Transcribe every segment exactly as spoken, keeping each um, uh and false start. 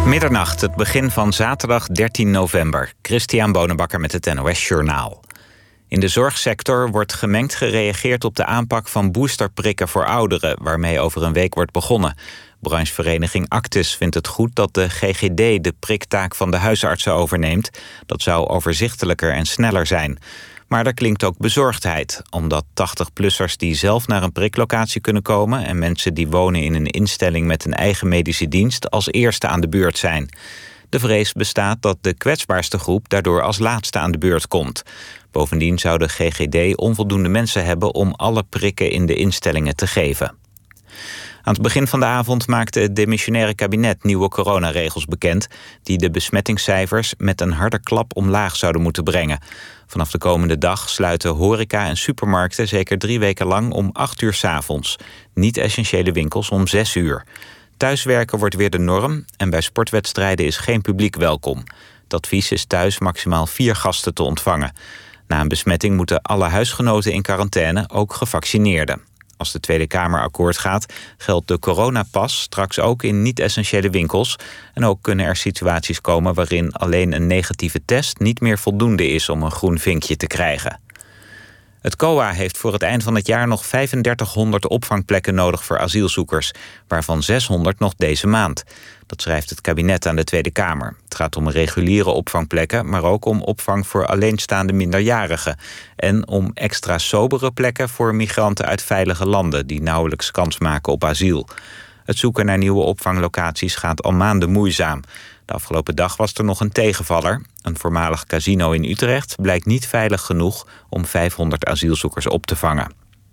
Middernacht, het begin van zaterdag dertien november. Christian Bonenbakker met het N O S Journaal. In de zorgsector wordt gemengd gereageerd op de aanpak van boosterprikken voor ouderen, waarmee over een week wordt begonnen. Branchevereniging Actis vindt het goed dat de G G D de priktaak van de huisartsen overneemt. Dat zou overzichtelijker en sneller zijn. Maar er klinkt ook bezorgdheid, omdat tachtig-plussers die zelf naar een priklocatie kunnen komen en mensen die wonen in een instelling met een eigen medische dienst als eerste aan de beurt zijn. De vrees bestaat dat de kwetsbaarste groep daardoor als laatste aan de beurt komt. Bovendien zou de G G D onvoldoende mensen hebben om alle prikken in de instellingen te geven. Aan het begin van de avond maakte het demissionaire kabinet nieuwe coronaregels bekend die de besmettingscijfers met een harde klap omlaag zouden moeten brengen. Vanaf de komende dag sluiten horeca en supermarkten zeker drie weken lang om acht uur 's avonds. Niet-essentiële winkels om zes uur. Thuiswerken wordt weer de norm en bij sportwedstrijden is geen publiek welkom. Het advies is thuis maximaal vier gasten te ontvangen. Na een besmetting moeten alle huisgenoten in quarantaine, ook gevaccineerden. Als de Tweede Kamer akkoord gaat, geldt de coronapas straks ook in niet-essentiële winkels. En ook kunnen er situaties komen waarin alleen een negatieve test niet meer voldoende is om een groen vinkje te krijgen. Het C O A heeft voor het eind van het jaar nog vijfendertighonderd opvangplekken nodig voor asielzoekers, waarvan zeshonderd nog deze maand. Dat schrijft het kabinet aan de Tweede Kamer. Het gaat om reguliere opvangplekken, maar ook om opvang voor alleenstaande minderjarigen. En om extra sobere plekken voor migranten uit veilige landen die nauwelijks kans maken op asiel. Het zoeken naar nieuwe opvanglocaties gaat al maanden moeizaam. De afgelopen dag was er nog een tegenvaller. Een voormalig casino in Utrecht blijkt niet veilig genoeg om vijfhonderd asielzoekers op te vangen.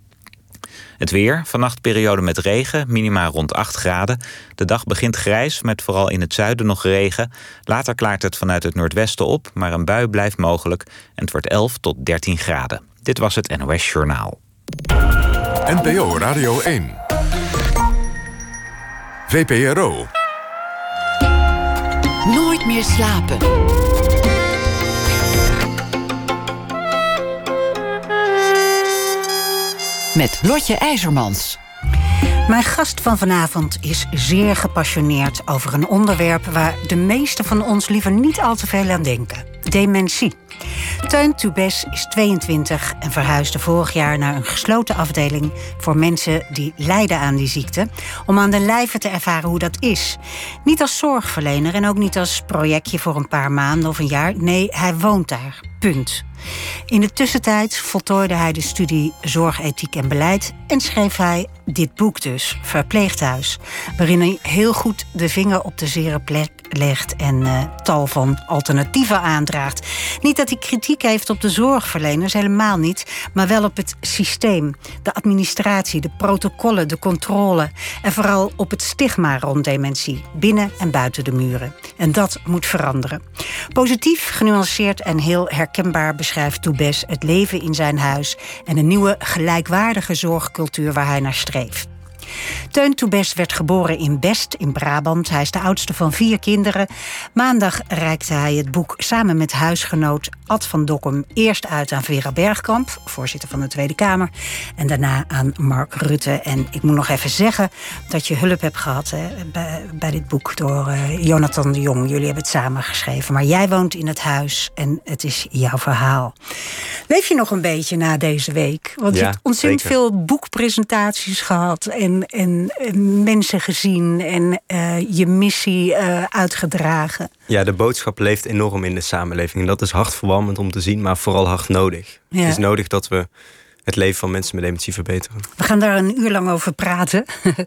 Het weer, vannacht periode met regen, minima rond acht graden. De dag begint grijs, met vooral in het zuiden nog regen. Later klaart het vanuit het noordwesten op, maar een bui blijft mogelijk. En het wordt elf tot dertien graden. Dit was het N O S Journaal. N P O Radio één. V P R O. Nooit meer slapen. Met Lotje IJzermans. Mijn gast van vanavond is zeer gepassioneerd over een onderwerp waar de meesten van ons liever niet al te veel aan denken: dementie. Teun Toubès is tweeëntwintig en verhuisde vorig jaar naar een gesloten afdeling voor mensen die lijden aan die ziekte, om aan de lijve te ervaren hoe dat is. Niet als zorgverlener en ook niet als projectje voor een paar maanden of een jaar. Nee, hij woont daar. Punt. In de tussentijd voltooide hij de studie Zorgethiek en Beleid en schreef hij dit boek dus, Verpleeghuis, waarin hij heel goed de vinger op de zere plek legt en uh, tal van alternatieven aandraagt. Niet dat hij kritiek heeft op de zorgverleners, helemaal niet, maar wel op het systeem, de administratie, de protocollen, de controle en vooral op het stigma rond dementie, binnen en buiten de muren. En dat moet veranderen. Positief, genuanceerd en heel herkenbaar beschrijft Toubès het leven in zijn huis en een nieuwe gelijkwaardige zorgcultuur waar hij naar streeft. Teun Toubès werd geboren in Best in Brabant. Hij is de oudste van vier kinderen. Maandag reikte hij het boek samen met huisgenoot Ad van Dokkum eerst uit aan Vera Bergkamp, voorzitter van de Tweede Kamer, en daarna aan Mark Rutte. En ik moet nog even zeggen dat je hulp hebt gehad hè, bij, bij dit boek door uh, Jonathan de Jong. Jullie hebben het samen geschreven. Maar jij woont in het huis en het is jouw verhaal. Leef je nog een beetje na deze week? Want ja, je hebt ontzettend zeker. veel boekpresentaties gehad en En, en mensen gezien en uh, je missie uh, uitgedragen. Ja, de boodschap leeft enorm in de samenleving. En dat is hartverwarmend om te zien, maar vooral hard nodig. Ja. Het is nodig dat we het leven van mensen met dementie verbeteren. We gaan daar een uur lang over praten.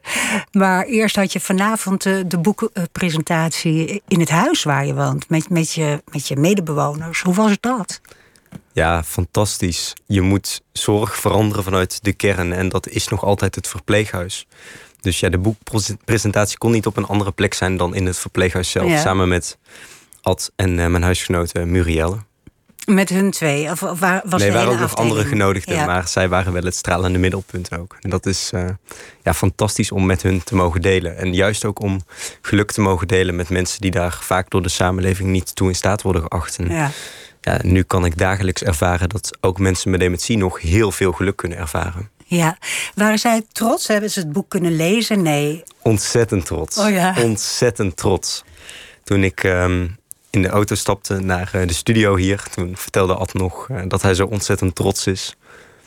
Maar eerst had je vanavond de, de boekpresentatie in het huis waar je woont. Met, met, je, met je medebewoners. Hoe was dat? Ja, fantastisch. Je moet zorg veranderen vanuit de kern. En dat is nog altijd het verpleeghuis. Dus ja, de boekpresentatie kon niet op een andere plek zijn dan in het verpleeghuis zelf. Ja. Samen met Ad en uh, mijn huisgenote Murielle. Met hun twee? Of was nee, er waren ook nog andere genodigden. Ja. Maar zij waren wel het stralende middelpunt ook. En dat is uh, ja, fantastisch om met hun te mogen delen. En juist ook om geluk te mogen delen met mensen die daar vaak door de samenleving niet toe in staat worden geacht. En ja. Ja, nu kan ik dagelijks ervaren dat ook mensen met dementie nog heel veel geluk kunnen ervaren. Ja, waren zij trots? Hebben ze het boek kunnen lezen? Nee. Ontzettend trots. Oh ja. Ontzettend trots. Toen ik um, in de auto stapte naar uh, de studio hier... toen vertelde Ad nog uh, dat hij zo ontzettend trots is.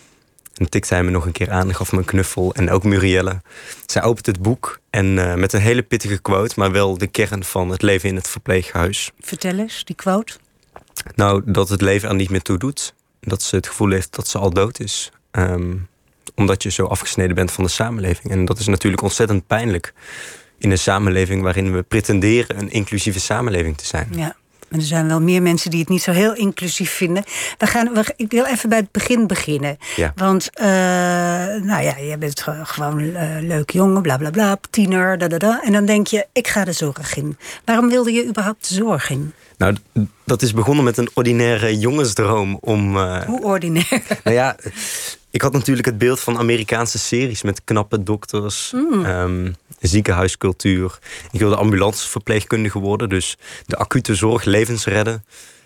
En tikte hij me nog een keer aan, gaf me een knuffel. En ook Murielle. Zij opent het boek en uh, met een hele pittige quote... maar wel de kern van het leven in het verpleeghuis. Vertel eens, die quote. Nou, dat het leven er niet meer toe doet. Dat ze het gevoel heeft dat ze al dood is. Um, omdat je zo afgesneden bent van de samenleving. En dat is natuurlijk ontzettend pijnlijk... in een samenleving waarin we pretenderen een inclusieve samenleving te zijn. Ja. En er zijn wel meer mensen die het niet zo heel inclusief vinden. We gaan, we, ik wil even bij het begin beginnen. Ja. Want, uh, nou ja, je bent gewoon uh, leuk jongen, bla bla bla, tiener, da da da. En dan denk je, ik ga de zorg in. Waarom wilde je überhaupt de zorg in? Nou, dat is begonnen met een ordinaire jongensdroom om... Uh, Hoe ordinair? Nou ja, ik had natuurlijk het beeld van Amerikaanse series... met knappe dokters, mm. um, ziekenhuiscultuur. Ik wilde ambulanceverpleegkundige worden, dus de acute zorg, levens redden.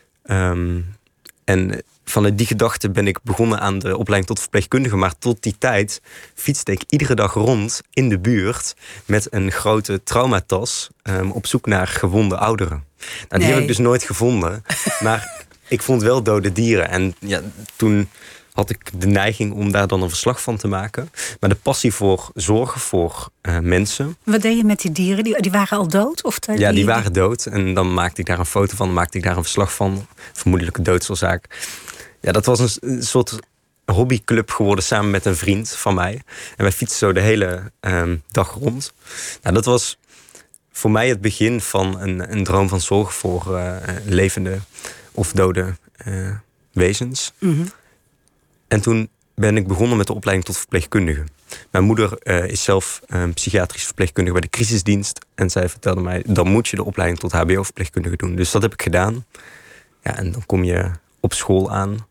Um, en vanuit die gedachte ben ik begonnen aan de opleiding tot verpleegkundige. Maar tot die tijd fietste ik iedere dag rond in de buurt... met een grote traumatas um, op zoek naar gewonde ouderen. Nou, die nee. heb ik dus nooit gevonden. Maar ik vond wel dode dieren. En ja, toen had ik de neiging om daar dan een verslag van te maken. Maar de passie voor zorgen voor uh, mensen... Wat deed je met die dieren? Die, die waren al dood? Of die, ja, die waren dood. En dan maakte ik daar een foto van, maakte ik daar een verslag van. Vermoedelijke doodsoorzaak. Ja, dat was een, een soort hobbyclub geworden samen met een vriend van mij. En wij fietsten zo de hele um, dag rond. Nou, dat was voor mij het begin van een, een droom van zorg voor uh, levende of dode uh, wezens. Mm-hmm. En toen ben ik begonnen met de opleiding tot verpleegkundige. Mijn moeder uh, is zelf uh, psychiatrisch verpleegkundige bij de crisisdienst. En zij vertelde mij, dan moet je de opleiding tot H B O-verpleegkundige doen. Dus dat heb ik gedaan. Ja, en dan kom je op school aan.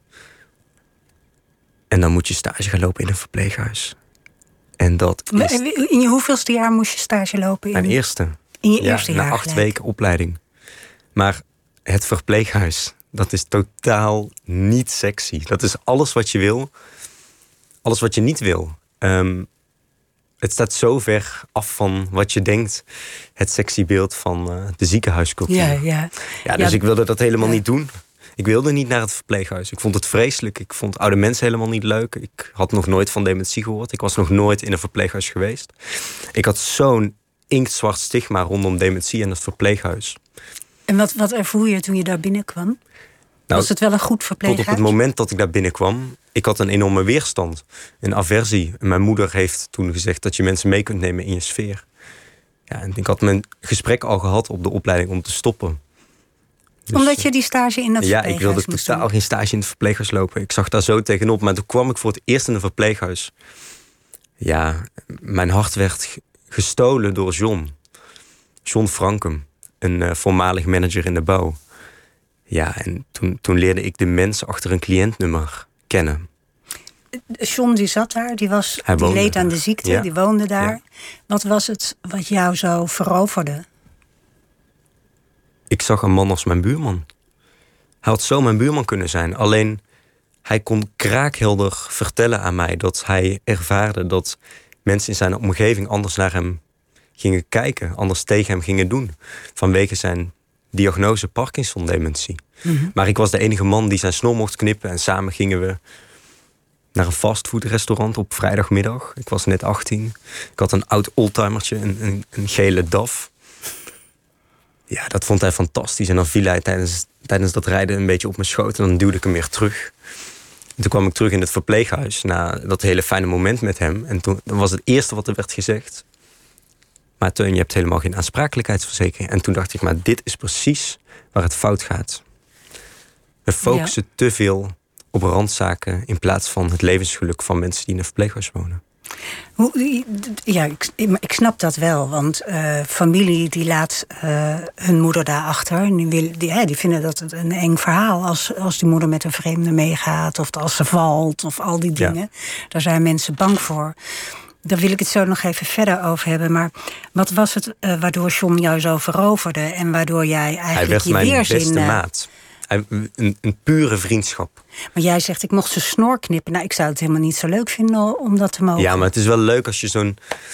En dan moet je stage gaan lopen in een verpleeghuis. En dat is... In je hoeveelste jaar moest je stage lopen? In... Mijn eerste. In je ja, eerste jaar na acht gelijk. weken opleiding. Maar het verpleeghuis, dat is totaal niet sexy. Dat is alles wat je wil. Alles wat je niet wil. Um, het staat zo ver af van wat je denkt. Het sexy beeld van uh, de ziekenhuiscultuur. Ja, ja. ja, dus ja, ik wilde dat helemaal ja. niet doen. Ik wilde niet naar het verpleeghuis. Ik vond het vreselijk. Ik vond oude mensen helemaal niet leuk. Ik had nog nooit van dementie gehoord. Ik was nog nooit in een verpleeghuis geweest. Ik had zo'n inktzwart stigma rondom dementie en het verpleeghuis. En wat, wat ervoer je toen je daar binnenkwam? Nou, was het wel een goed verpleeghuis? Tot op het moment dat ik daar binnenkwam, ik had een enorme weerstand. Een aversie. En mijn moeder heeft toen gezegd dat je mensen mee kunt nemen in je sfeer. Ja, en ik had mijn gesprek al gehad op de opleiding om te stoppen. Dus, omdat je die stage in dat ja, verpleeghuis ik wilde moest totaal doen. geen stage in het verpleeghuis lopen. Ik zag daar zo tegenop. Maar toen kwam ik voor het eerst in een verpleeghuis. Ja, mijn hart werd gestolen door John. John Frankum, een uh, voormalig manager in de bouw. Ja, en toen, toen leerde ik de mensen achter een cliëntnummer kennen. John die zat daar, die, was, Hij die woonde leed aan daar. de ziekte, Ja. die woonde daar. Ja. Wat was het wat jou zo veroverde? Ik zag een man als mijn buurman. Hij had zo mijn buurman kunnen zijn. Alleen, hij kon kraakhelder vertellen aan mij dat hij ervaarde dat mensen in zijn omgeving anders naar hem gingen kijken, anders tegen hem gingen doen. Vanwege zijn diagnose Parkinson-dementie. Mm-hmm. Maar ik was de enige man die zijn snor mocht knippen en samen gingen we naar een fastfoodrestaurant op vrijdagmiddag. Ik was net achttien. Ik had een oud oldtimertje, een, een, een gele D A F. Ja, dat vond hij fantastisch. En dan viel hij tijdens, tijdens dat rijden een beetje op mijn schoot en dan duwde ik hem weer terug. En toen kwam ik terug in het verpleeghuis na dat hele fijne moment met hem. En toen was het eerste wat er werd gezegd: maar Teun, je hebt helemaal geen aansprakelijkheidsverzekering. En toen dacht ik, maar dit is precies waar het fout gaat. We focussen ja. te veel op randzaken in plaats van het levensgeluk van mensen die in een verpleeghuis wonen. Hoe, ja, ik, ik snap dat wel. Want uh, familie die laat uh, hun moeder daarachter. En die, wil, die, ja, die vinden dat het een eng verhaal als, als die moeder met een vreemde meegaat. Of als ze valt. Of al die dingen. Ja. Daar zijn mensen bang voor. Daar wil ik het zo nog even verder over hebben. Maar wat was het uh, waardoor John jou zo veroverde? En waardoor jij eigenlijk Hij werd je mijn weerzin... beste uh, maat. Een, een pure vriendschap. Maar jij zegt, ik mocht zijn snor knippen. Nou, ik zou het helemaal niet zo leuk vinden om dat te mogen. Ja, maar het is wel leuk als je zo'n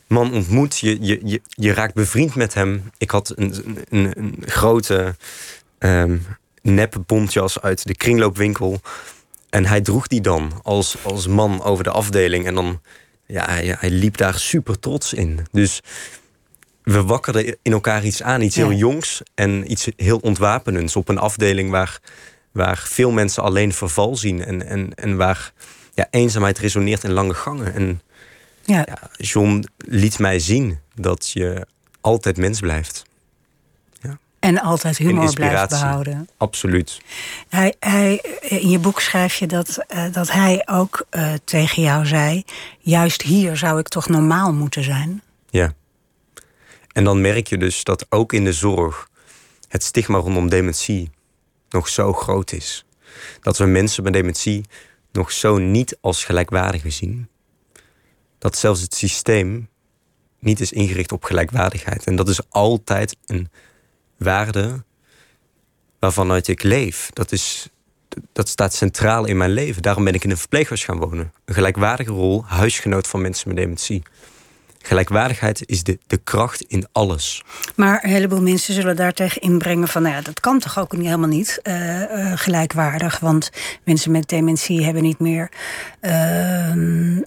man ontmoet. Je, je, je, je raakt bevriend met hem. Ik had een, een, een grote um, nep bontjas uit de kringloopwinkel. En hij droeg die dan als, als man over de afdeling. En dan, ja, hij, hij liep daar super trots in. Dus we wakkerden in elkaar iets aan. Iets heel ja. jongs en iets heel ontwapenends. Op een afdeling waar, waar veel mensen alleen verval zien. En, en, en waar ja, eenzaamheid resoneert in lange gangen. En ja. Ja, John liet mij zien dat je altijd mens blijft. Ja. En altijd humor blijft behouden. Absoluut. Hij, hij, in je boek schrijf je dat, uh, dat hij ook uh, tegen jou zei... juist hier zou ik toch normaal moeten zijn? Ja. En dan merk je dus dat ook in de zorg... het stigma rondom dementie nog zo groot is. Dat we mensen met dementie nog zo niet als gelijkwaardigen zien. Dat zelfs het systeem niet is ingericht op gelijkwaardigheid. En dat is altijd een waarde waarvanuit ik leef. Dat, is, dat staat centraal in mijn leven. Daarom ben ik in een verpleeghuis gaan wonen. Een gelijkwaardige rol, huisgenoot van mensen met dementie. Gelijkwaardigheid is de, de kracht in alles. Maar een heleboel mensen zullen daartegen inbrengen van... nou ja, dat kan toch ook helemaal niet uh, uh, gelijkwaardig. Want mensen met dementie hebben niet meer... Uh,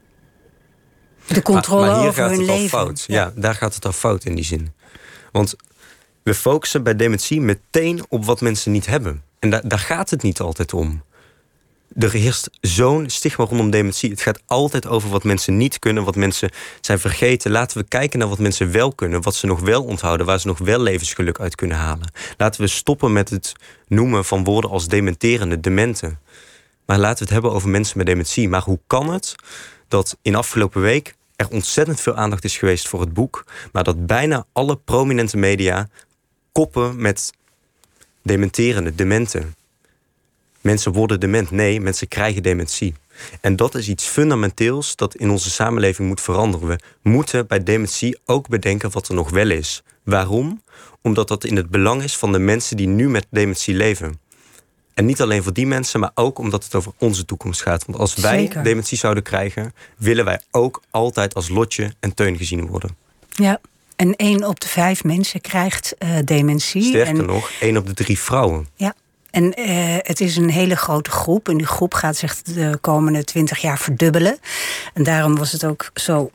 de controle maar, maar hier over gaat hun het leven. Al fout. Ja. ja, daar gaat het al fout in die zin. Want we focussen bij dementie meteen op wat mensen niet hebben. En da- daar gaat het niet altijd om. Er heerst zo'n stigma rondom dementie. Het gaat altijd over wat mensen niet kunnen, wat mensen zijn vergeten. Laten we kijken naar wat mensen wel kunnen, wat ze nog wel onthouden, waar ze nog wel levensgeluk uit kunnen halen. Laten we stoppen met het noemen van woorden als dementerende, dementen. Maar laten we het hebben over mensen met dementie. Maar hoe kan het dat in afgelopen week er ontzettend veel aandacht is geweest voor het boek, maar dat bijna alle prominente media koppen met dementerende, dementen. Mensen worden dement. Nee, mensen krijgen dementie. En dat is iets fundamenteels dat in onze samenleving moet veranderen. We moeten bij dementie ook bedenken wat er nog wel is. Waarom? Omdat dat in het belang is van de mensen die nu met dementie leven. En niet alleen voor die mensen, maar ook omdat het over onze toekomst gaat. Want als wij Zeker. dementie zouden krijgen, willen wij ook altijd als Lotje en Teun gezien worden. Ja, en één op de vijf mensen krijgt uh, dementie. Sterker en... nog, één op de drie vrouwen. Ja. En uh, het is een hele grote groep. En die groep gaat zich de komende twintig jaar verdubbelen. En daarom was het ook zo...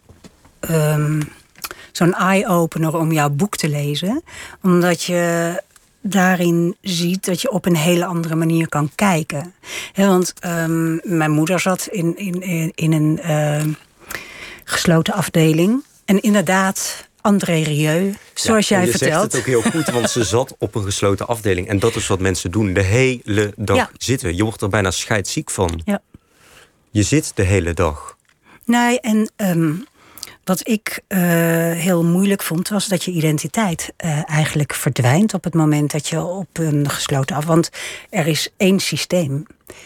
Um, zo'n eye-opener om jouw boek te lezen. Omdat je daarin ziet dat je op een hele andere manier kan kijken. He, want um, mijn moeder zat in, in, in een uh, gesloten afdeling. En inderdaad... André Rieu, zoals ja, jij vertelt. Je zegt het ook heel goed, want ze zat op een gesloten afdeling. En dat is wat mensen doen, de hele dag ja. zitten. Je wordt er bijna scheidsziek van. Ja. Je zit de hele dag. Nee, en um, wat ik uh, heel moeilijk vond... was dat je identiteit uh, eigenlijk verdwijnt... op het moment dat je op een gesloten af... Want er is één systeem.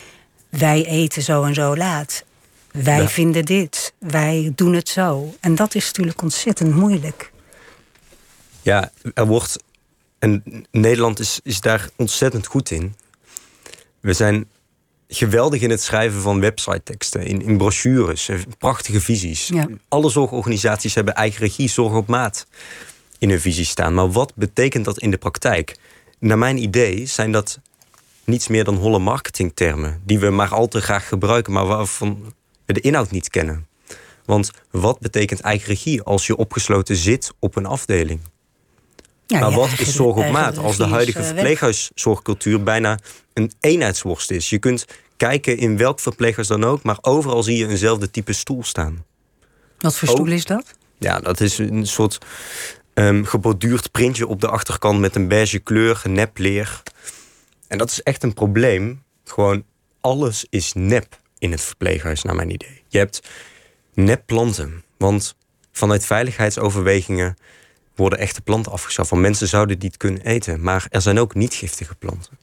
Wij eten zo en zo laat... Wij ja. vinden dit, wij doen het zo. En dat is natuurlijk ontzettend moeilijk. Ja, er wordt... En Nederland is, is daar ontzettend goed in. We zijn geweldig in het schrijven van website-teksten, in, in brochures, prachtige visies. Ja. Alle zorgorganisaties hebben eigen regie, zorg op maat in hun visie staan. Maar wat betekent dat in de praktijk? Naar mijn idee zijn dat niets meer dan holle marketingtermen... die we maar al te graag gebruiken, maar waarvan... we de inhoud niet kennen. Want wat betekent eigen regie als je opgesloten zit op een afdeling? Ja, maar wat is zorg op maat als de huidige verpleeghuiszorgcultuur bijna een eenheidsworst is? Je kunt kijken in welk verpleeghuis dan ook, maar overal zie je eenzelfde type stoel staan. Wat voor stoel is dat? Ja, dat is een soort um, geborduurd printje op de achterkant met een beige kleur, nepleer. En dat is echt een probleem. Gewoon alles is nep in het verpleeghuis, naar mijn idee. Je hebt nepplanten, want vanuit veiligheidsoverwegingen worden echte planten afgeschaft. Want mensen zouden die kunnen eten, maar er zijn ook niet giftige planten.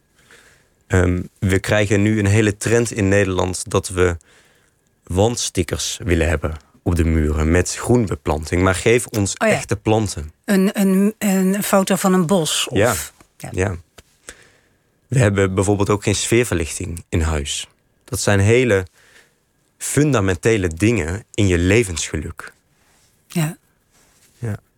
Um, we krijgen nu een hele trend in Nederland dat we wandstickers willen hebben op de muren met groenbeplanting. Maar geef ons oh ja. echte planten. Een, een, een foto van een bos? Of... Ja, ja. ja. We hebben bijvoorbeeld ook geen sfeerverlichting in huis. Dat zijn hele fundamentele dingen in je levensgeluk. Ja.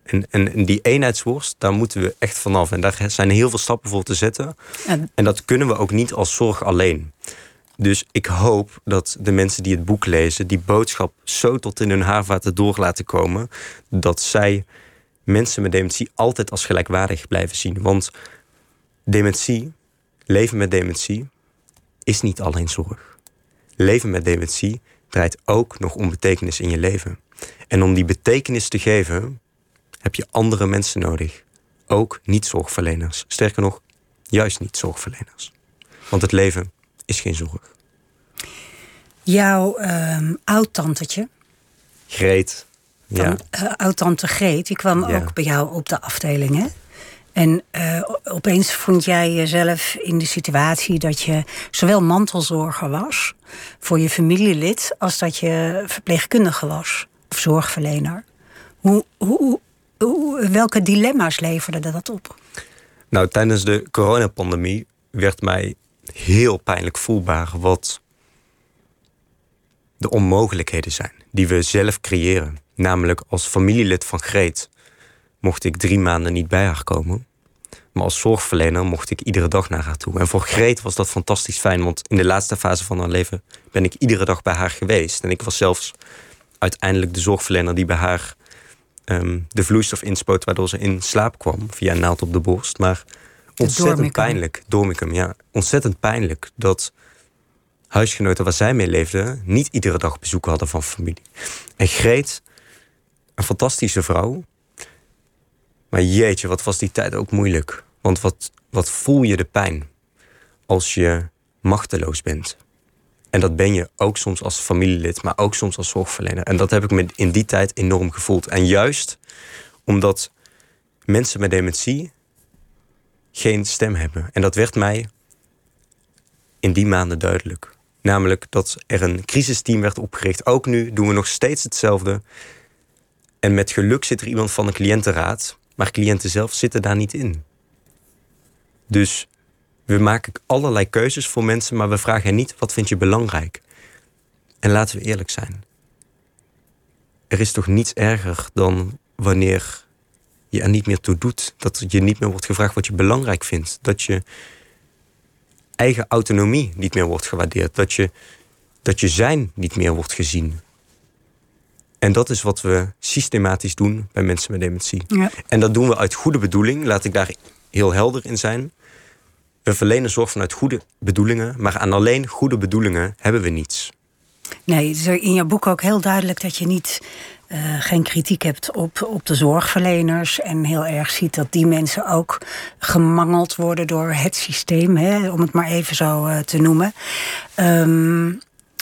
En, en, en die eenheidsworst, daar moeten we echt vanaf. En daar zijn heel veel stappen voor te zetten. En, en dat kunnen we ook niet als zorg alleen. Dus ik hoop dat de mensen die het boek lezen die boodschap zo tot in hun haarvaten door laten komen, dat zij mensen met dementie altijd als gelijkwaardig blijven zien. Want dementie, leven met dementie, is niet alleen zorg. Leven met dementie draait ook nog om betekenis in je leven. En om die betekenis te geven, heb je andere mensen nodig. Ook niet-zorgverleners. Sterker nog, juist niet-zorgverleners. Want het leven is geen zorg. Jouw uh, oud-tantetje. Greet. Van, ja. uh, oud-tante Greet, die kwam ja. ook bij jou op de afdeling, hè? En uh, opeens vond jij jezelf in de situatie dat je zowel mantelzorger was voor je familielid als dat je verpleegkundige was of zorgverlener. Hoe, hoe, hoe, welke dilemma's leverde dat op? Nou, tijdens de coronapandemie werd mij heel pijnlijk voelbaar wat de onmogelijkheden zijn die we zelf creëren. Namelijk als familielid van Greet mocht ik drie maanden niet bij haar komen. Maar als zorgverlener mocht ik iedere dag naar haar toe. En voor Greet was dat fantastisch fijn, want in de laatste fase van haar leven ben ik iedere dag bij haar geweest. En ik was zelfs uiteindelijk de zorgverlener die bij haar um, de vloeistof inspoot, waardoor ze in slaap kwam via een naald op de borst. Maar ontzettend Dormicum. pijnlijk, Dormicum, ja, ontzettend pijnlijk dat huisgenoten waar zij mee leefden niet iedere dag bezoek hadden van familie. En Greet, een fantastische vrouw. Maar jeetje, wat was die tijd ook moeilijk. Want wat, wat voel je de pijn als je machteloos bent? En dat ben je ook soms als familielid, maar ook soms als zorgverlener. En dat heb ik me in die tijd enorm gevoeld. En juist omdat mensen met dementie geen stem hebben. En dat werd mij in die maanden duidelijk. Namelijk dat er een crisisteam werd opgericht. Ook nu doen we nog steeds hetzelfde. En met geluk zit er iemand van de cliëntenraad, maar cliënten zelf zitten daar niet in. Dus we maken allerlei keuzes voor mensen, maar we vragen hen niet, wat vind je belangrijk? En laten we eerlijk zijn. Er is toch niets erger dan wanneer je er niet meer toe doet. Dat je niet meer wordt gevraagd wat je belangrijk vindt. Dat je eigen autonomie niet meer wordt gewaardeerd. Dat je, dat je zijn niet meer wordt gezien. En dat is wat we systematisch doen bij mensen met dementie. Ja. En dat doen we uit goede bedoeling. Laat ik daar heel helder in zijn. We verlenen zorg vanuit goede bedoelingen. Maar aan alleen goede bedoelingen hebben we niets. Nee, het is in je boek ook heel duidelijk dat je niet uh, geen kritiek hebt op, op de zorgverleners. En heel erg ziet dat die mensen ook gemangeld worden door het systeem. Hè, om het maar even zo uh, te noemen. Um,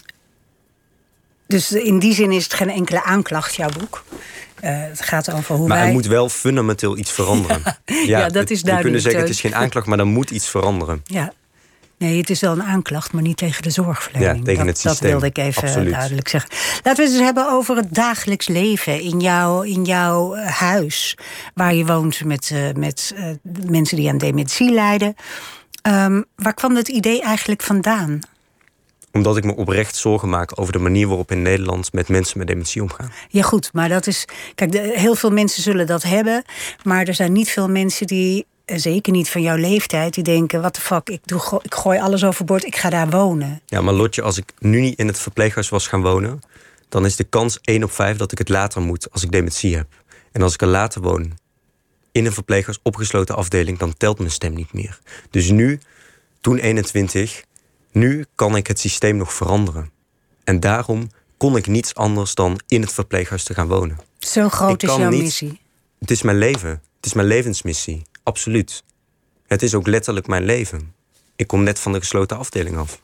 dus in die zin is het geen enkele aanklacht, jouw boek. Uh, het gaat over hoe maar wij... er moet wel fundamenteel iets veranderen. ja, ja, dat het, is duidelijk. We kunnen zeggen, het is geen aanklacht, maar er moet iets veranderen. Ja. Nee, het is wel een aanklacht, maar niet tegen de zorgverlening. Ja, tegen dat, het systeem. Dat wilde ik even Absoluut. duidelijk zeggen. Laten we het eens hebben over het dagelijks leven in jouw, in jouw huis. Waar je woont met, uh, met uh, mensen die aan dementie lijden. Um, waar kwam dat idee eigenlijk vandaan? Omdat ik me oprecht zorgen maak over de manier waarop in Nederland met mensen met dementie omgaan. Ja goed, maar dat is... Kijk, de, heel veel mensen zullen dat hebben. Maar er zijn niet veel mensen die... Zeker niet van jouw leeftijd, die denken, what the fuck, ik, doe, ik gooi alles overboord, ik ga daar wonen. Ja, maar Lotje, als ik nu niet in het verpleeghuis was gaan wonen, dan is de kans één op vijf dat ik het later moet als ik dementie heb. En als ik er later woon, in een verpleeghuis, opgesloten afdeling, dan telt mijn stem niet meer. Dus nu, toen eenentwintig, nu kan ik het systeem nog veranderen. En daarom kon ik niets anders dan in het verpleeghuis te gaan wonen. Zo groot is jouw niet, missie. Het is mijn leven, het is mijn levensmissie. Absoluut. Het is ook letterlijk mijn leven. Ik kom net van de gesloten afdeling af.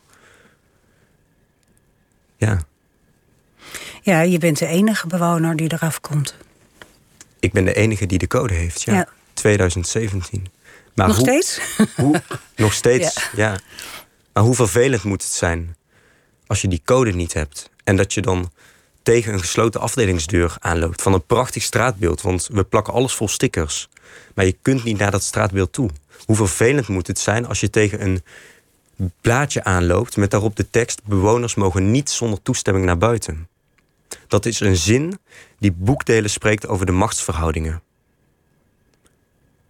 Ja. Ja, je bent de enige bewoner die eraf komt. Ik ben de enige die de code heeft, ja. ja. twintig zeventien. Maar nog hoe, steeds? Hoe, nog steeds, ja. ja. Maar hoe vervelend moet het zijn als je die code niet hebt en dat je dan tegen een gesloten afdelingsdeur aanloopt van een prachtig straatbeeld, want we plakken alles vol stickers. Maar je kunt niet naar dat straatbeeld toe. Hoe vervelend moet het zijn als je tegen een blaadje aanloopt met daarop de tekst: bewoners mogen niet zonder toestemming naar buiten. Dat is een zin die boekdelen spreekt over de machtsverhoudingen.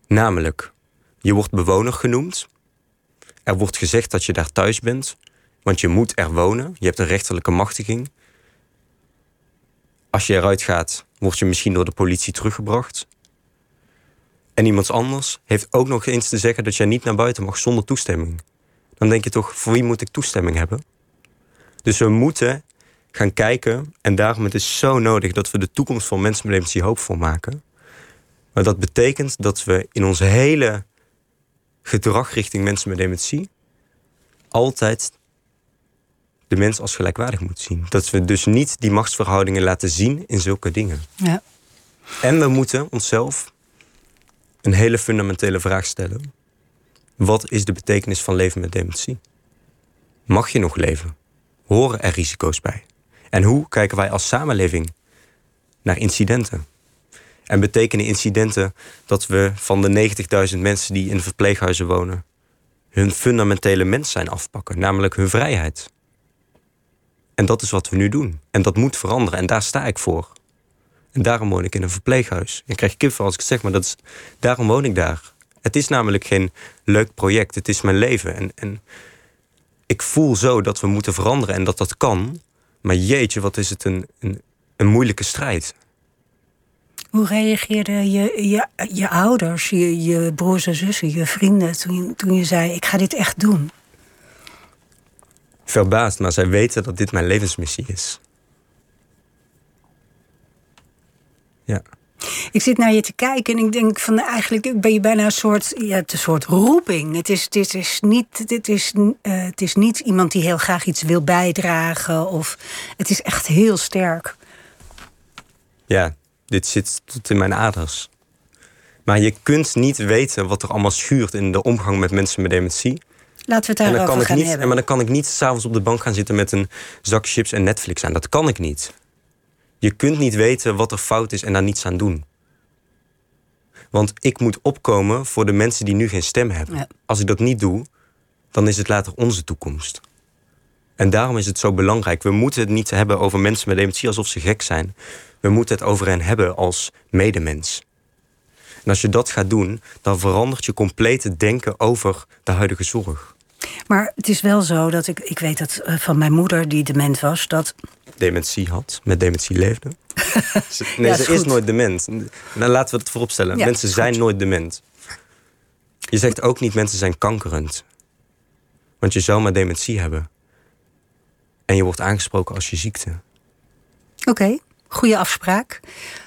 Namelijk, je wordt bewoner genoemd. Er wordt gezegd dat je daar thuis bent, want je moet er wonen. Je hebt een rechterlijke machtiging. Als je eruit gaat, word je misschien door de politie teruggebracht. En iemand anders heeft ook nog eens te zeggen dat jij niet naar buiten mag zonder toestemming. Dan denk je toch, voor wie moet ik toestemming hebben? Dus we moeten gaan kijken, en daarom het is zo nodig dat we de toekomst van mensen met dementie hoopvol maken. Maar dat betekent dat we in onze hele gedrag richting mensen met dementie altijd de mens als gelijkwaardig moeten zien. Dat we dus niet die machtsverhoudingen laten zien in zulke dingen. Ja. En we moeten onszelf een hele fundamentele vraag stellen. Wat is de betekenis van leven met dementie? Mag je nog leven? Horen er risico's bij? En hoe kijken wij als samenleving naar incidenten? En betekenen incidenten dat we van de negentigduizend mensen die in verpleeghuizen wonen hun fundamentele mens zijn afpakken, namelijk hun vrijheid? En dat is wat we nu doen. En dat moet veranderen. En daar sta ik voor. En daarom woon ik in een verpleeghuis. Ik krijg kipvel als ik het zeg, maar dat is, daarom woon ik daar. Het is namelijk geen leuk project. Het is mijn leven. En, en ik voel zo dat we moeten veranderen en dat dat kan. Maar jeetje, wat is het een, een, een moeilijke strijd. Hoe reageerden je, je, je ouders, je, je broers en zussen, je vrienden toen je, toen je zei, ik ga dit echt doen? Verbaasd, maar zij weten dat dit mijn levensmissie is. Ja. Ik zit naar je te kijken en ik denk van eigenlijk ben je bijna een soort, je hebt een soort roeping. Het is, het is, niet, het is, uh, het is niet iemand die heel graag iets wil bijdragen. Of, het is echt heel sterk. Ja, dit zit tot in mijn aders. Maar je kunt niet weten wat er allemaal schuurt in de omgang met mensen met dementie. Laten we het daarover gaan niet, hebben. Maar dan kan ik niet 's avonds op de bank gaan zitten met een zak chips en Netflix aan. Dat kan ik niet. Je kunt niet weten wat er fout is en daar niets aan doen. Want ik moet opkomen voor de mensen die nu geen stem hebben. Ja. Als ik dat niet doe, dan is het later onze toekomst. En daarom is het zo belangrijk. We moeten het niet hebben over mensen met dementie alsof ze gek zijn. We moeten het over hen hebben als medemens. En als je dat gaat doen, dan verandert je compleet het denken over de huidige zorg. Maar het is wel zo dat ik, ik weet dat van mijn moeder die dement was, dat dementie had, met dementie leefde. Nee, ja, ze is, is nooit dement. Dan laten we het voorop stellen. Ja, mensen zijn goed. Nooit dement. Je zegt ook niet mensen zijn kankerend. Want je zou maar dementie hebben. En je wordt aangesproken als je ziekte. Oké, okay, goede afspraak.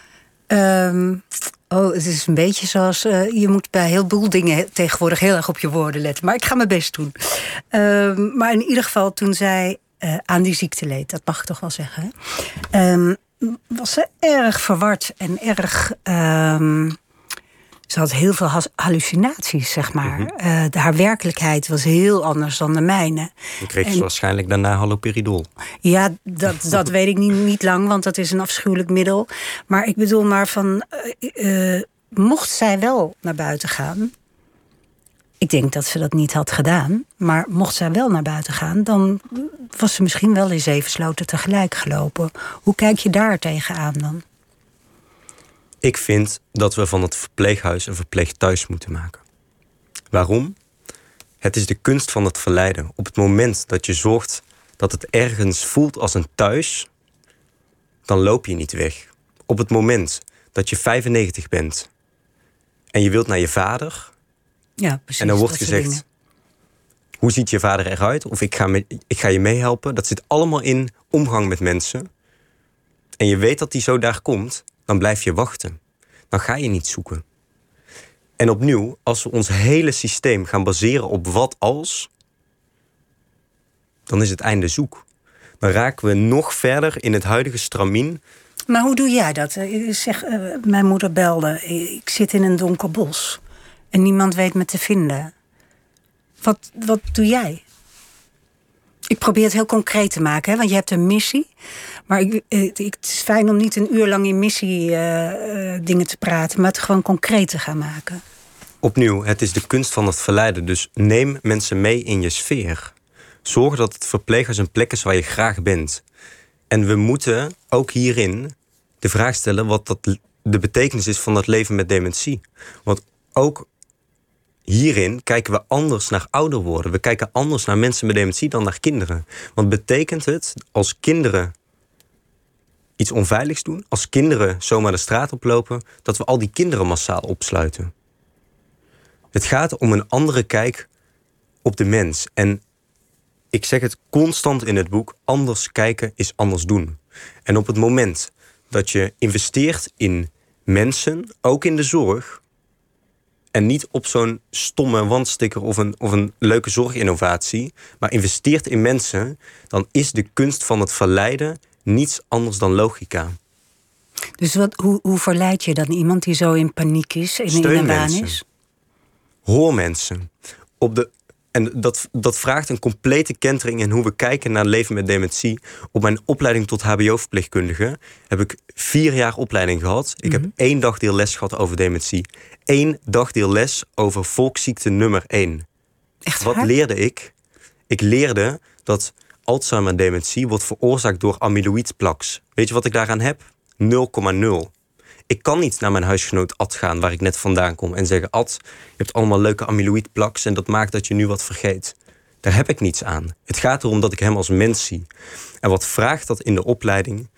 Um, oh, het is een beetje zoals, uh, je moet bij heel veel dingen tegenwoordig heel erg op je woorden letten. Maar ik ga mijn best doen. Um, maar in ieder geval toen zij uh, aan die ziekte leed, dat mag ik toch wel zeggen, hè? Um, was ze erg verward en erg, um, ze had heel veel hallucinaties, zeg maar. Mm-hmm. Uh, de, haar werkelijkheid was heel anders dan de mijne. Je kreeg en, ze waarschijnlijk daarna haloperidol. Ja, dat, dat weet ik niet, niet lang, want dat is een afschuwelijk middel. Maar ik bedoel maar van, uh, uh, mocht zij wel naar buiten gaan, ik denk dat ze dat niet had gedaan, maar mocht zij wel naar buiten gaan, dan was ze misschien wel in zeven sloten tegelijk gelopen. Hoe kijk je daar tegenaan dan? Ik vind dat we van het verpleeghuis een verpleegthuis moeten maken. Waarom? Het is de kunst van het verleiden. Op het moment dat je zorgt dat het ergens voelt als een thuis, dan loop je niet weg. Op het moment dat je vijfennegentig bent en je wilt naar je vader, ja, precies, en dan wordt gezegd, hoe ziet je vader eruit? Of ik ga, me, ik ga je meehelpen. Dat zit allemaal in omgang met mensen. En je weet dat die zo daar komt, dan blijf je wachten. Dan ga je niet zoeken. En opnieuw, als we ons hele systeem gaan baseren op wat als, dan is het einde zoek. Dan raken we nog verder in het huidige stramien. Maar hoe doe jij dat? Zeg, uh, mijn moeder belde. Ik zit in een donker bos. En niemand weet me te vinden. Wat, wat doe jij? Ik probeer het heel concreet te maken, hè, want je hebt een missie. Maar ik, het is fijn om niet een uur lang in missie uh, uh, dingen te praten, maar het gewoon concreet te gaan maken. Opnieuw, het is de kunst van het verleiden. Dus neem mensen mee in je sfeer. Zorg dat het verpleeghuis een plek is waar je graag bent. En we moeten ook hierin de vraag stellen wat dat de betekenis is van dat leven met dementie. Want ook hierin kijken we anders naar ouder worden. We kijken anders naar mensen met dementie dan naar kinderen. Want betekent het, als kinderen iets onveiligs doen, als kinderen zomaar de straat oplopen, dat we al die kinderen massaal opsluiten? Het gaat om een andere kijk op de mens. En ik zeg het constant in het boek, anders kijken is anders doen. En op het moment dat je investeert in mensen, ook in de zorg, en niet op zo'n stomme wandsticker of een, of een leuke zorginnovatie, maar investeert in mensen, dan is de kunst van het verleiden niets anders dan logica. Dus wat, hoe, hoe verleid je dan iemand die zo in paniek is en in een waan is? Hoor mensen. Op de, en dat, dat vraagt een complete kentering in hoe we kijken naar het leven met dementie. Op mijn opleiding tot H B O-verpleegkundige heb ik vier jaar opleiding gehad. Ik Mm-hmm. heb één dagdeel les gehad over dementie. Eén dagdeel les over volksziekte nummer één. Echt Wat waar? leerde ik? Ik leerde dat Alzheimer dementie wordt veroorzaakt door amyloïdplaques. Weet je wat ik daaraan heb? nul komma nul. Ik kan niet naar mijn huisgenoot Ad gaan, waar ik net vandaan kom, en zeggen: Ad, je hebt allemaal leuke amyloïdplaques en dat maakt dat je nu wat vergeet. Daar heb ik niets aan. Het gaat erom dat ik hem als mens zie. En wat vraagt dat in de opleiding?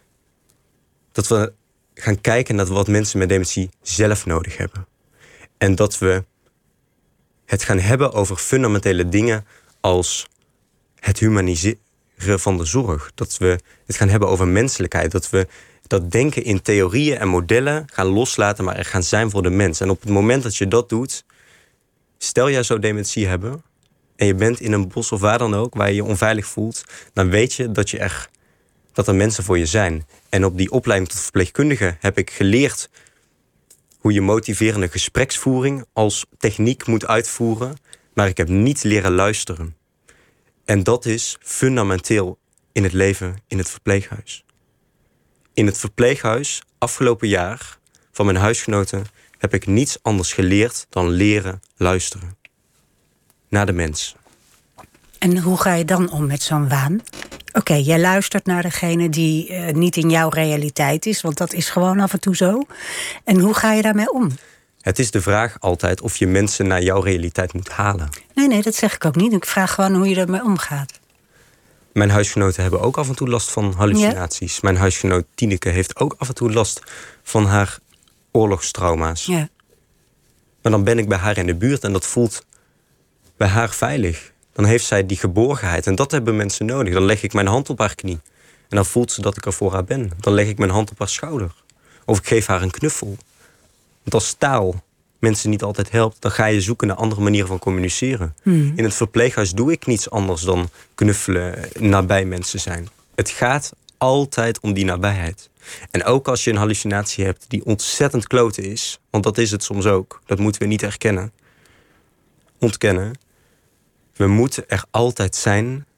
Dat we gaan kijken naar wat mensen met dementie zelf nodig hebben. En dat we het gaan hebben over fundamentele dingen als het humaniseren van de zorg. Dat we het gaan hebben over menselijkheid. Dat we dat denken in theorieën en modellen gaan loslaten, maar er gaan zijn voor de mens. En op het moment dat je dat doet, stel jij zou dementie hebben en je bent in een bos of waar dan ook, waar je je onveilig voelt, dan weet je dat, je er, dat er mensen voor je zijn. En op die opleiding tot verpleegkundige heb ik geleerd hoe je motiverende gespreksvoering als techniek moet uitvoeren, maar ik heb niet leren luisteren. En dat is fundamenteel in het leven in het verpleeghuis. In het verpleeghuis, afgelopen jaar, van mijn huisgenoten, heb ik niets anders geleerd dan leren luisteren. Naar de mens. En hoe ga je dan om met zo'n waan? Oké, okay, jij luistert naar degene die uh, niet in jouw realiteit is, want dat is gewoon af en toe zo. En hoe ga je daarmee om? Het is de vraag altijd of je mensen naar jouw realiteit moet halen. Nee, nee, dat zeg ik ook niet. Ik vraag gewoon hoe je ermee omgaat. Mijn huisgenoten hebben ook af en toe last van hallucinaties. Ja. Mijn huisgenoot Tineke heeft ook af en toe last van haar oorlogstrauma's. Ja. Maar dan ben ik bij haar in de buurt en dat voelt bij haar veilig. Dan heeft zij die geborgenheid en dat hebben mensen nodig. Dan leg ik mijn hand op haar knie en dan voelt ze dat ik er voor haar ben. Dan leg ik mijn hand op haar schouder. Of ik geef haar een knuffel. Want als taal mensen niet altijd helpt, dan ga je zoeken naar andere manieren van communiceren. Hmm. In het verpleeghuis doe ik niets anders dan knuffelen, nabij mensen zijn. Het gaat altijd om die nabijheid. En ook als je een hallucinatie hebt die ontzettend kloten is, want dat is het soms ook, dat moeten we niet erkennen, ontkennen. We moeten er altijd zijn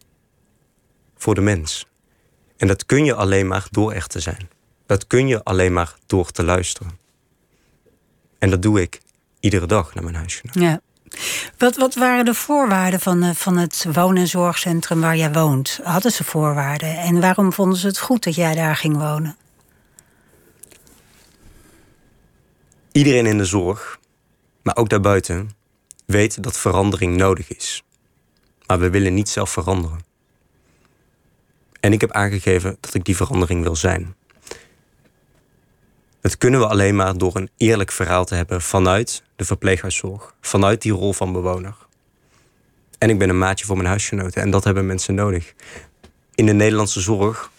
voor de mens. En dat kun je alleen maar door er te zijn. Dat kun je alleen maar door te luisteren. En dat doe ik iedere dag naar mijn huisgenoot. Ja. Wat, wat waren de voorwaarden van, van het woon- en zorgcentrum waar jij woont? Hadden ze voorwaarden? En waarom vonden ze het goed dat jij daar ging wonen? Iedereen in de zorg, maar ook daarbuiten, weet dat verandering nodig is. Maar we willen niet zelf veranderen. En ik heb aangegeven dat ik die verandering wil zijn. Dat kunnen we alleen maar door een eerlijk verhaal te hebben vanuit de verpleeghuiszorg. Vanuit die rol van bewoner. En ik ben een maatje voor mijn huisgenoten. En dat hebben mensen nodig. In de Nederlandse zorg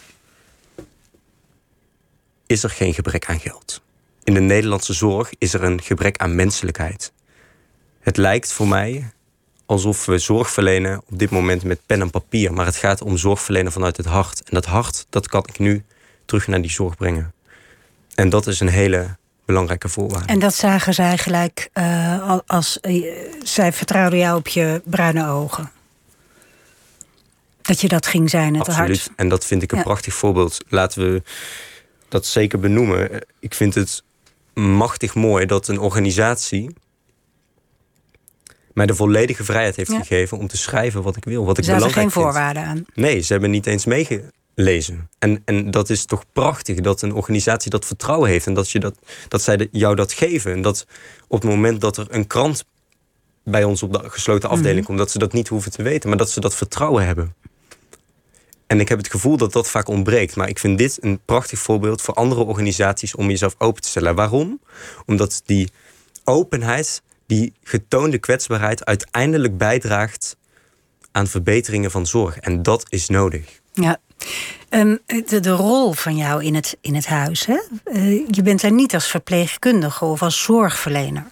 is er geen gebrek aan geld. In de Nederlandse zorg is er een gebrek aan menselijkheid. Het lijkt voor mij alsof we zorg verlenen op dit moment met pen en papier. Maar het gaat om zorg verlenen vanuit het hart. En dat hart, dat kan ik nu terug naar die zorg brengen. En dat is een hele belangrijke voorwaarde. En dat zagen zij gelijk uh, als... Uh, zij vertrouwden jou op je bruine ogen. Dat je dat ging zijn, het Absoluut. hart. En dat vind ik een ja. prachtig voorbeeld. Laten we dat zeker benoemen. Ik vind het machtig mooi dat een organisatie mij de volledige vrijheid heeft ja. gegeven om te schrijven wat ik wil, wat ik belangrijk vind. Er zaten geen voorwaarden aan. Nee, ze hebben niet eens meege... lezen. En, en dat is toch prachtig dat een organisatie dat vertrouwen heeft en dat, je dat, dat zij de, jou dat geven. En dat op het moment dat er een krant bij ons op de gesloten afdeling mm-hmm. komt, dat ze dat niet hoeven te weten, maar dat ze dat vertrouwen hebben. En ik heb het gevoel dat dat vaak ontbreekt. Maar ik vind dit een prachtig voorbeeld voor andere organisaties om jezelf open te stellen. Waarom? Omdat die openheid, die getoonde kwetsbaarheid uiteindelijk bijdraagt aan verbeteringen van zorg. En dat is nodig. Ja. Um, de, de rol van jou in het, in het huis, hè? Uh, je bent daar niet als verpleegkundige of als zorgverlener.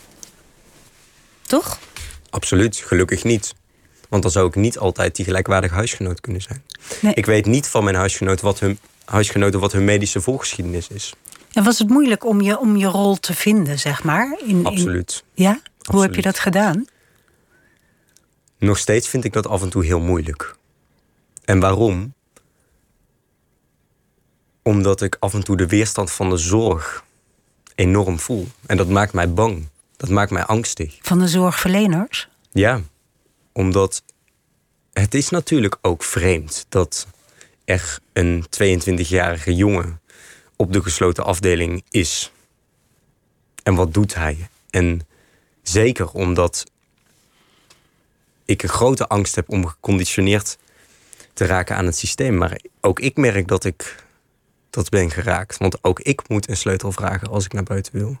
Toch? Absoluut, gelukkig niet. Want dan zou ik niet altijd die gelijkwaardige huisgenoot kunnen zijn. Nee. Ik weet niet van mijn huisgenoot wat hun, huisgenoten wat hun medische voorgeschiedenis is. En was het moeilijk om je, om je rol te vinden, zeg maar? In, Absoluut. In, ja? Absoluut. Hoe heb je dat gedaan? Nog steeds vind ik dat af en toe heel moeilijk. En waarom? Omdat ik af en toe de weerstand van de zorg enorm voel. En dat maakt mij bang. Dat maakt mij angstig. Van de zorgverleners? Ja, omdat het is natuurlijk ook vreemd dat er een tweeëntwintigjarige jongen op de gesloten afdeling is. En wat doet hij? En zeker omdat ik een grote angst heb om geconditioneerd te raken aan het systeem. Maar ook ik merk dat ik dat ben geraakt. Want ook ik moet een sleutel vragen als ik naar buiten wil.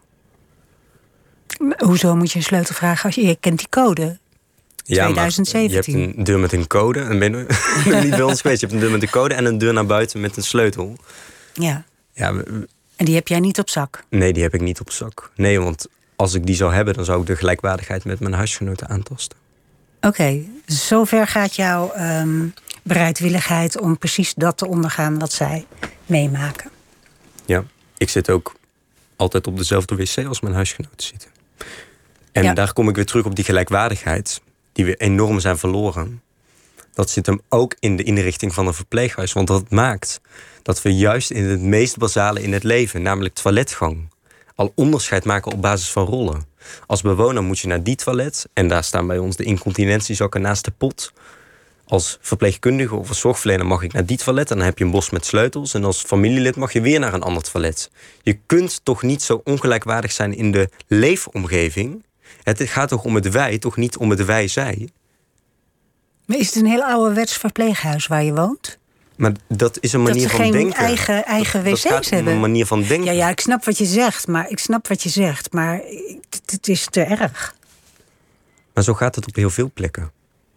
Hoezo moet je een sleutel vragen als je, je kent die code? Ja, twintig zeventien. Je hebt een deur met een code. En ben je niet bij ons geweest. Je hebt een deur met een code en een deur naar buiten met een sleutel. Ja. Ja. We, en die heb jij niet op zak? Nee, die heb ik niet op zak. Nee, want als ik die zou hebben, dan zou ik de gelijkwaardigheid met mijn huisgenoten aantasten. Oké, okay, zover gaat jouw um, bereidwilligheid om precies dat te ondergaan wat zij meemaken. Ja, ik zit ook altijd op dezelfde wc als mijn huisgenoten zitten. En ja. daar kom ik weer terug op die gelijkwaardigheid, die we enorm zijn verloren. Dat zit hem ook in de inrichting van een verpleeghuis. Want dat maakt dat we juist in het meest basale in het leven, namelijk toiletgang, al onderscheid maken op basis van rollen. Als bewoner moet je naar die toilet en daar staan bij ons de incontinentiezakken naast de pot. Als verpleegkundige of als zorgverlener mag ik naar die toilet en dan heb je een bos met sleutels. En als familielid mag je weer naar een ander toilet. Je kunt toch niet zo ongelijkwaardig zijn in de leefomgeving. Het gaat toch om het wij, toch niet om het wij-zij. Maar is het een heel ouderwets verpleeghuis waar je woont? Maar dat is een manier dat ze van geen denken. eigen, eigen dat, wc's dat gaat hebben. Een manier van denken. Ja, ja, ik snap wat je zegt, maar ik snap wat je zegt, maar het, het is te erg. Maar zo gaat het op heel veel plekken.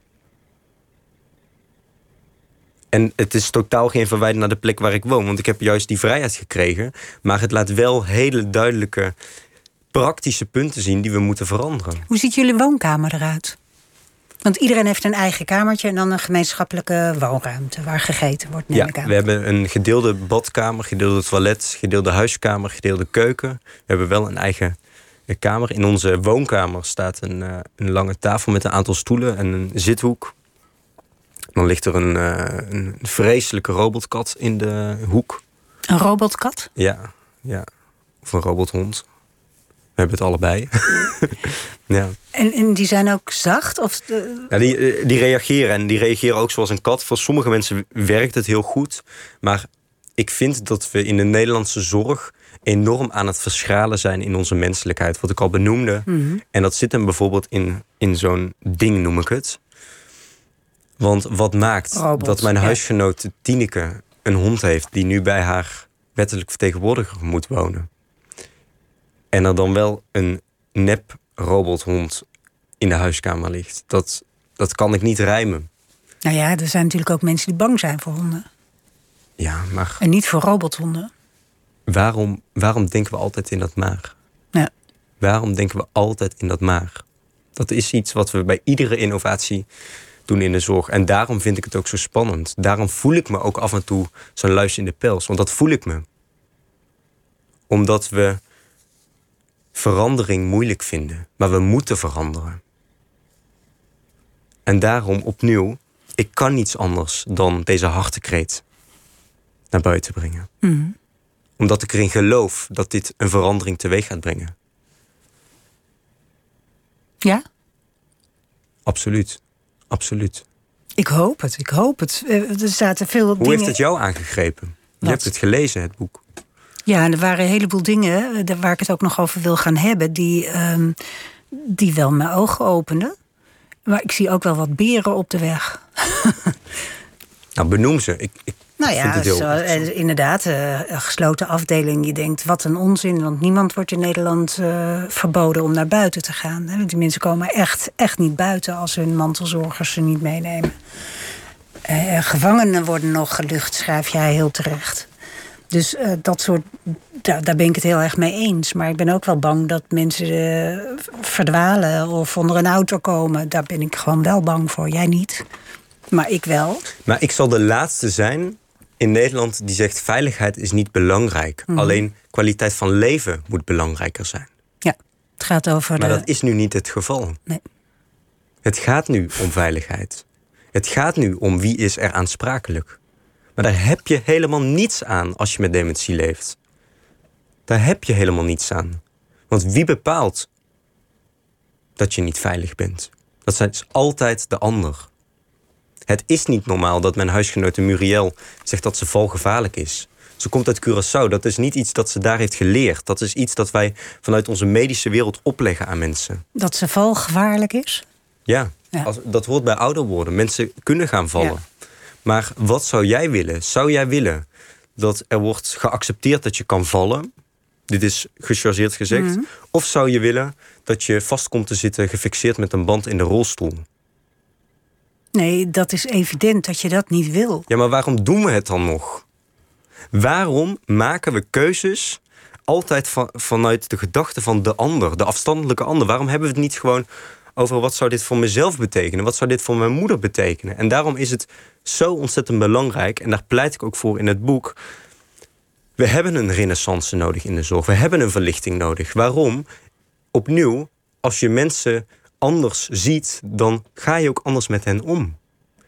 En het is totaal geen verwijt naar de plek waar ik woon, want ik heb juist die vrijheid gekregen. Maar het laat wel hele duidelijke, praktische punten zien die we moeten veranderen. Hoe ziet jullie woonkamer eruit? Want iedereen heeft een eigen kamertje en dan een gemeenschappelijke woonruimte waar gegeten wordt, neem ja, ik aan. We hebben een gedeelde badkamer, gedeelde toilet, gedeelde huiskamer, gedeelde keuken. We hebben wel een eigen kamer. In onze woonkamer staat een, uh, een lange tafel met een aantal stoelen en een zithoek. Dan ligt er een, uh, een vreselijke robotkat in de hoek. Een robotkat? Ja, ja. Of een robothond. We hebben het allebei. ja. En, en die zijn ook zacht? Of de... ja, die, die reageren. En die reageren ook zoals een kat. Voor sommige mensen werkt het heel goed. Maar ik vind dat we in de Nederlandse zorg enorm aan het verschralen zijn in onze menselijkheid. Wat ik al benoemde. Mm-hmm. En dat zit hem bijvoorbeeld in, in zo'n ding, noem ik het. Want wat maakt Robots, dat mijn huisgenoot ja. Tineke een hond heeft die nu bij haar wettelijk vertegenwoordiger moet wonen? En er dan wel een nep robothond in de huiskamer ligt. Dat, dat kan ik niet rijmen. Nou ja, er zijn natuurlijk ook mensen die bang zijn voor honden. Ja, maar... En niet voor robothonden. Waarom, waarom denken we altijd in dat maar? Ja. Waarom denken we altijd in dat maar? Dat is iets wat we bij iedere innovatie doen in de zorg. En daarom vind ik het ook zo spannend. Daarom voel ik me ook af en toe zo'n luis in de pels. Want dat voel ik me. Omdat we verandering moeilijk vinden. Maar we moeten veranderen. En daarom opnieuw, ik kan niets anders dan deze hartekreet naar buiten brengen. Mm. Omdat ik erin geloof dat dit een verandering teweeg gaat brengen. Ja? Absoluut. Absoluut. Ik hoop het, ik hoop het. Er zaten veel Hoe dingen... heeft het jou aangegrepen? Je Wat? hebt het gelezen, het boek. Ja, en er waren een heleboel dingen waar ik het ook nog over wil gaan hebben... die, um, die wel mijn ogen openden. Maar ik zie ook wel wat beren op de weg. Nou, benoem ze. Ik, ik Nou vind ja, het heel zo, uh, inderdaad, uh, een gesloten afdeling. Je denkt, wat een onzin, want niemand wordt in Nederland uh, verboden om naar buiten te gaan. Hè? Die mensen komen echt, echt niet buiten als hun mantelzorgers ze niet meenemen. Uh, gevangenen worden nog gelucht, schrijf jij heel terecht. Dus uh, dat soort, daar, daar ben ik het heel erg mee eens. Maar ik ben ook wel bang dat mensen uh, verdwalen of onder een auto komen. Daar ben ik gewoon wel bang voor. Jij niet, maar ik wel. Maar ik zal de laatste zijn in Nederland die zegt... veiligheid is niet belangrijk. Mm-hmm. Alleen kwaliteit van leven moet belangrijker zijn. Ja, het gaat over... Maar de... dat is nu niet het geval. Nee. Het gaat nu om veiligheid. Het gaat nu om wie is er aansprakelijk. Maar daar heb je helemaal niets aan als je met dementie leeft. Daar heb je helemaal niets aan. Want wie bepaalt dat je niet veilig bent? Dat is altijd de ander. Het is niet normaal dat mijn huisgenote Muriel zegt dat ze valgevaarlijk is. Ze komt uit Curaçao. Dat is niet iets dat ze daar heeft geleerd. Dat is iets dat wij vanuit onze medische wereld opleggen aan mensen. Dat ze valgevaarlijk is? Ja, ja. Als, dat hoort bij ouder worden. Mensen kunnen gaan vallen. Ja. Maar wat zou jij willen? Zou jij willen dat er wordt geaccepteerd dat je kan vallen? Dit is gechargeerd gezegd. Mm-hmm. Of zou je willen dat je vast komt te zitten gefixeerd met een band in de rolstoel? Nee, dat is evident dat je dat niet wil. Ja, maar waarom doen we het dan nog? Waarom maken we keuzes altijd van, vanuit de gedachte van de ander, de afstandelijke ander? Waarom hebben we het niet gewoon over wat zou dit voor mezelf betekenen? Wat zou dit voor mijn moeder betekenen? En daarom is het zo ontzettend belangrijk, en daar pleit ik ook voor in het boek. We hebben een renaissance nodig in de zorg. We hebben een verlichting nodig. Waarom? Opnieuw, als je mensen anders ziet, dan ga je ook anders met hen om.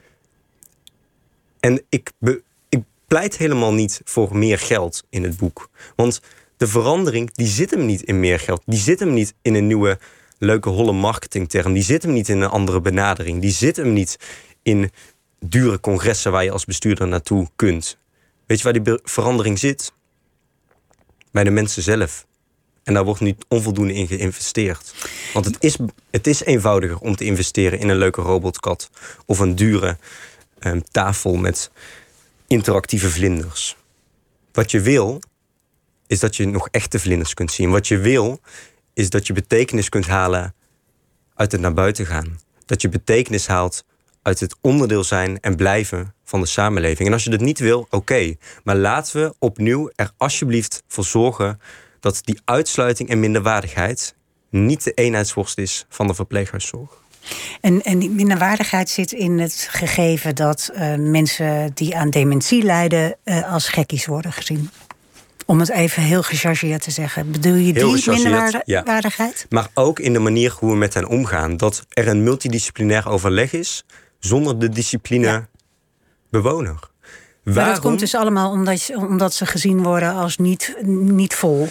En ik, be, ik pleit helemaal niet voor meer geld in het boek. Want de verandering, die zit hem niet in meer geld. Die zit hem niet in een nieuwe, leuke, holle marketingterm. Die zit hem niet in een andere benadering. Die zit hem niet in dure congressen waar je als bestuurder naartoe kunt. Weet je waar die be- verandering zit? Bij de mensen zelf. En daar wordt niet onvoldoende in geïnvesteerd. Want het is, het is eenvoudiger om te investeren in een leuke robotkat of een dure um, tafel met interactieve vlinders. Wat je wil, is dat je nog echte vlinders kunt zien. Wat je wil, is dat je betekenis kunt halen uit het naar buiten gaan. Dat je betekenis haalt uit het onderdeel zijn en blijven van de samenleving. En als je dat niet wil, oké. Okay. Maar laten we opnieuw er alsjeblieft voor zorgen dat die uitsluiting en minderwaardigheid niet de eenheidsworst is van de verpleeghuiszorg. En, en die minderwaardigheid zit in het gegeven dat uh, mensen die aan dementie lijden uh, als gekkies worden gezien. Om het even heel gechargeerd te zeggen. Bedoel je heel die minderwaardigheid? Ja. Maar ook in de manier hoe we met hen omgaan. Dat er een multidisciplinair overleg is zonder de discipline ja. bewoner. Maar Waarom? Dat komt dus allemaal omdat, je, omdat ze gezien worden als niet, niet vol.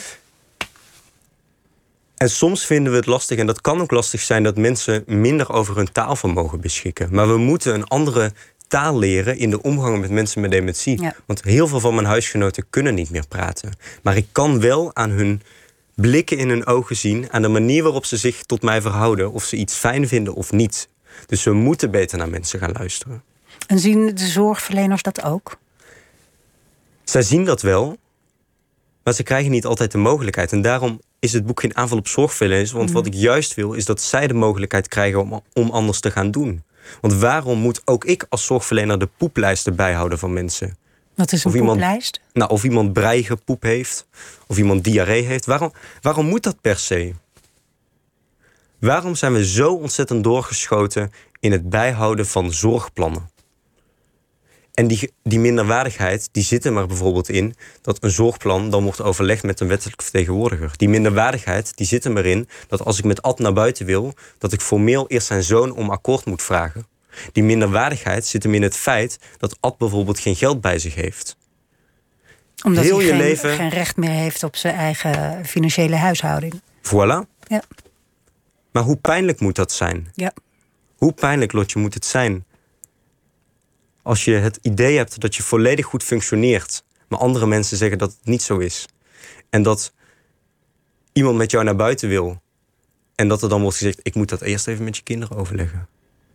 En soms vinden we het lastig, en dat kan ook lastig zijn, dat mensen minder over hun taalvermogen beschikken. Maar we moeten een andere taal leren in de omgang met mensen met dementie. Ja. Want heel veel van mijn huisgenoten kunnen niet meer praten. Maar ik kan wel aan hun blikken in hun ogen zien, aan de manier waarop ze zich tot mij verhouden, of ze iets fijn vinden of niet. Dus we moeten beter naar mensen gaan luisteren. En zien de zorgverleners dat ook? Zij zien dat wel, maar ze krijgen niet altijd de mogelijkheid. En daarom is het boek geen aanval op zorgverleners. Want mm. wat ik juist wil, is dat zij de mogelijkheid krijgen om, om anders te gaan doen. Want waarom moet ook ik als zorgverlener de poeplijsten bijhouden van mensen? Wat is een of poeplijst? Iemand, nou, of iemand breiige poep heeft, of iemand diarree heeft. Waarom, waarom moet dat per se? Waarom zijn we zo ontzettend doorgeschoten in het bijhouden van zorgplannen? En die, die minderwaardigheid, die zit er maar bijvoorbeeld in dat een zorgplan dan wordt overlegd met een wettelijke vertegenwoordiger. Die minderwaardigheid, die zit er maar in dat als ik met Ad naar buiten wil, dat ik formeel eerst zijn zoon om akkoord moet vragen. Die minderwaardigheid zit hem in het feit dat Ad bijvoorbeeld geen geld bij zich heeft. Omdat Heel hij je geen, leven, geen recht meer heeft op zijn eigen financiële huishouding. Voilà. Ja. Maar hoe pijnlijk moet dat zijn? Ja. Hoe pijnlijk, Lotje, moet het zijn als je het idee hebt dat je volledig goed functioneert, maar andere mensen zeggen dat het niet zo is. En dat iemand met jou naar buiten wil. En dat er dan wordt gezegd, ik moet dat eerst even met je kinderen overleggen.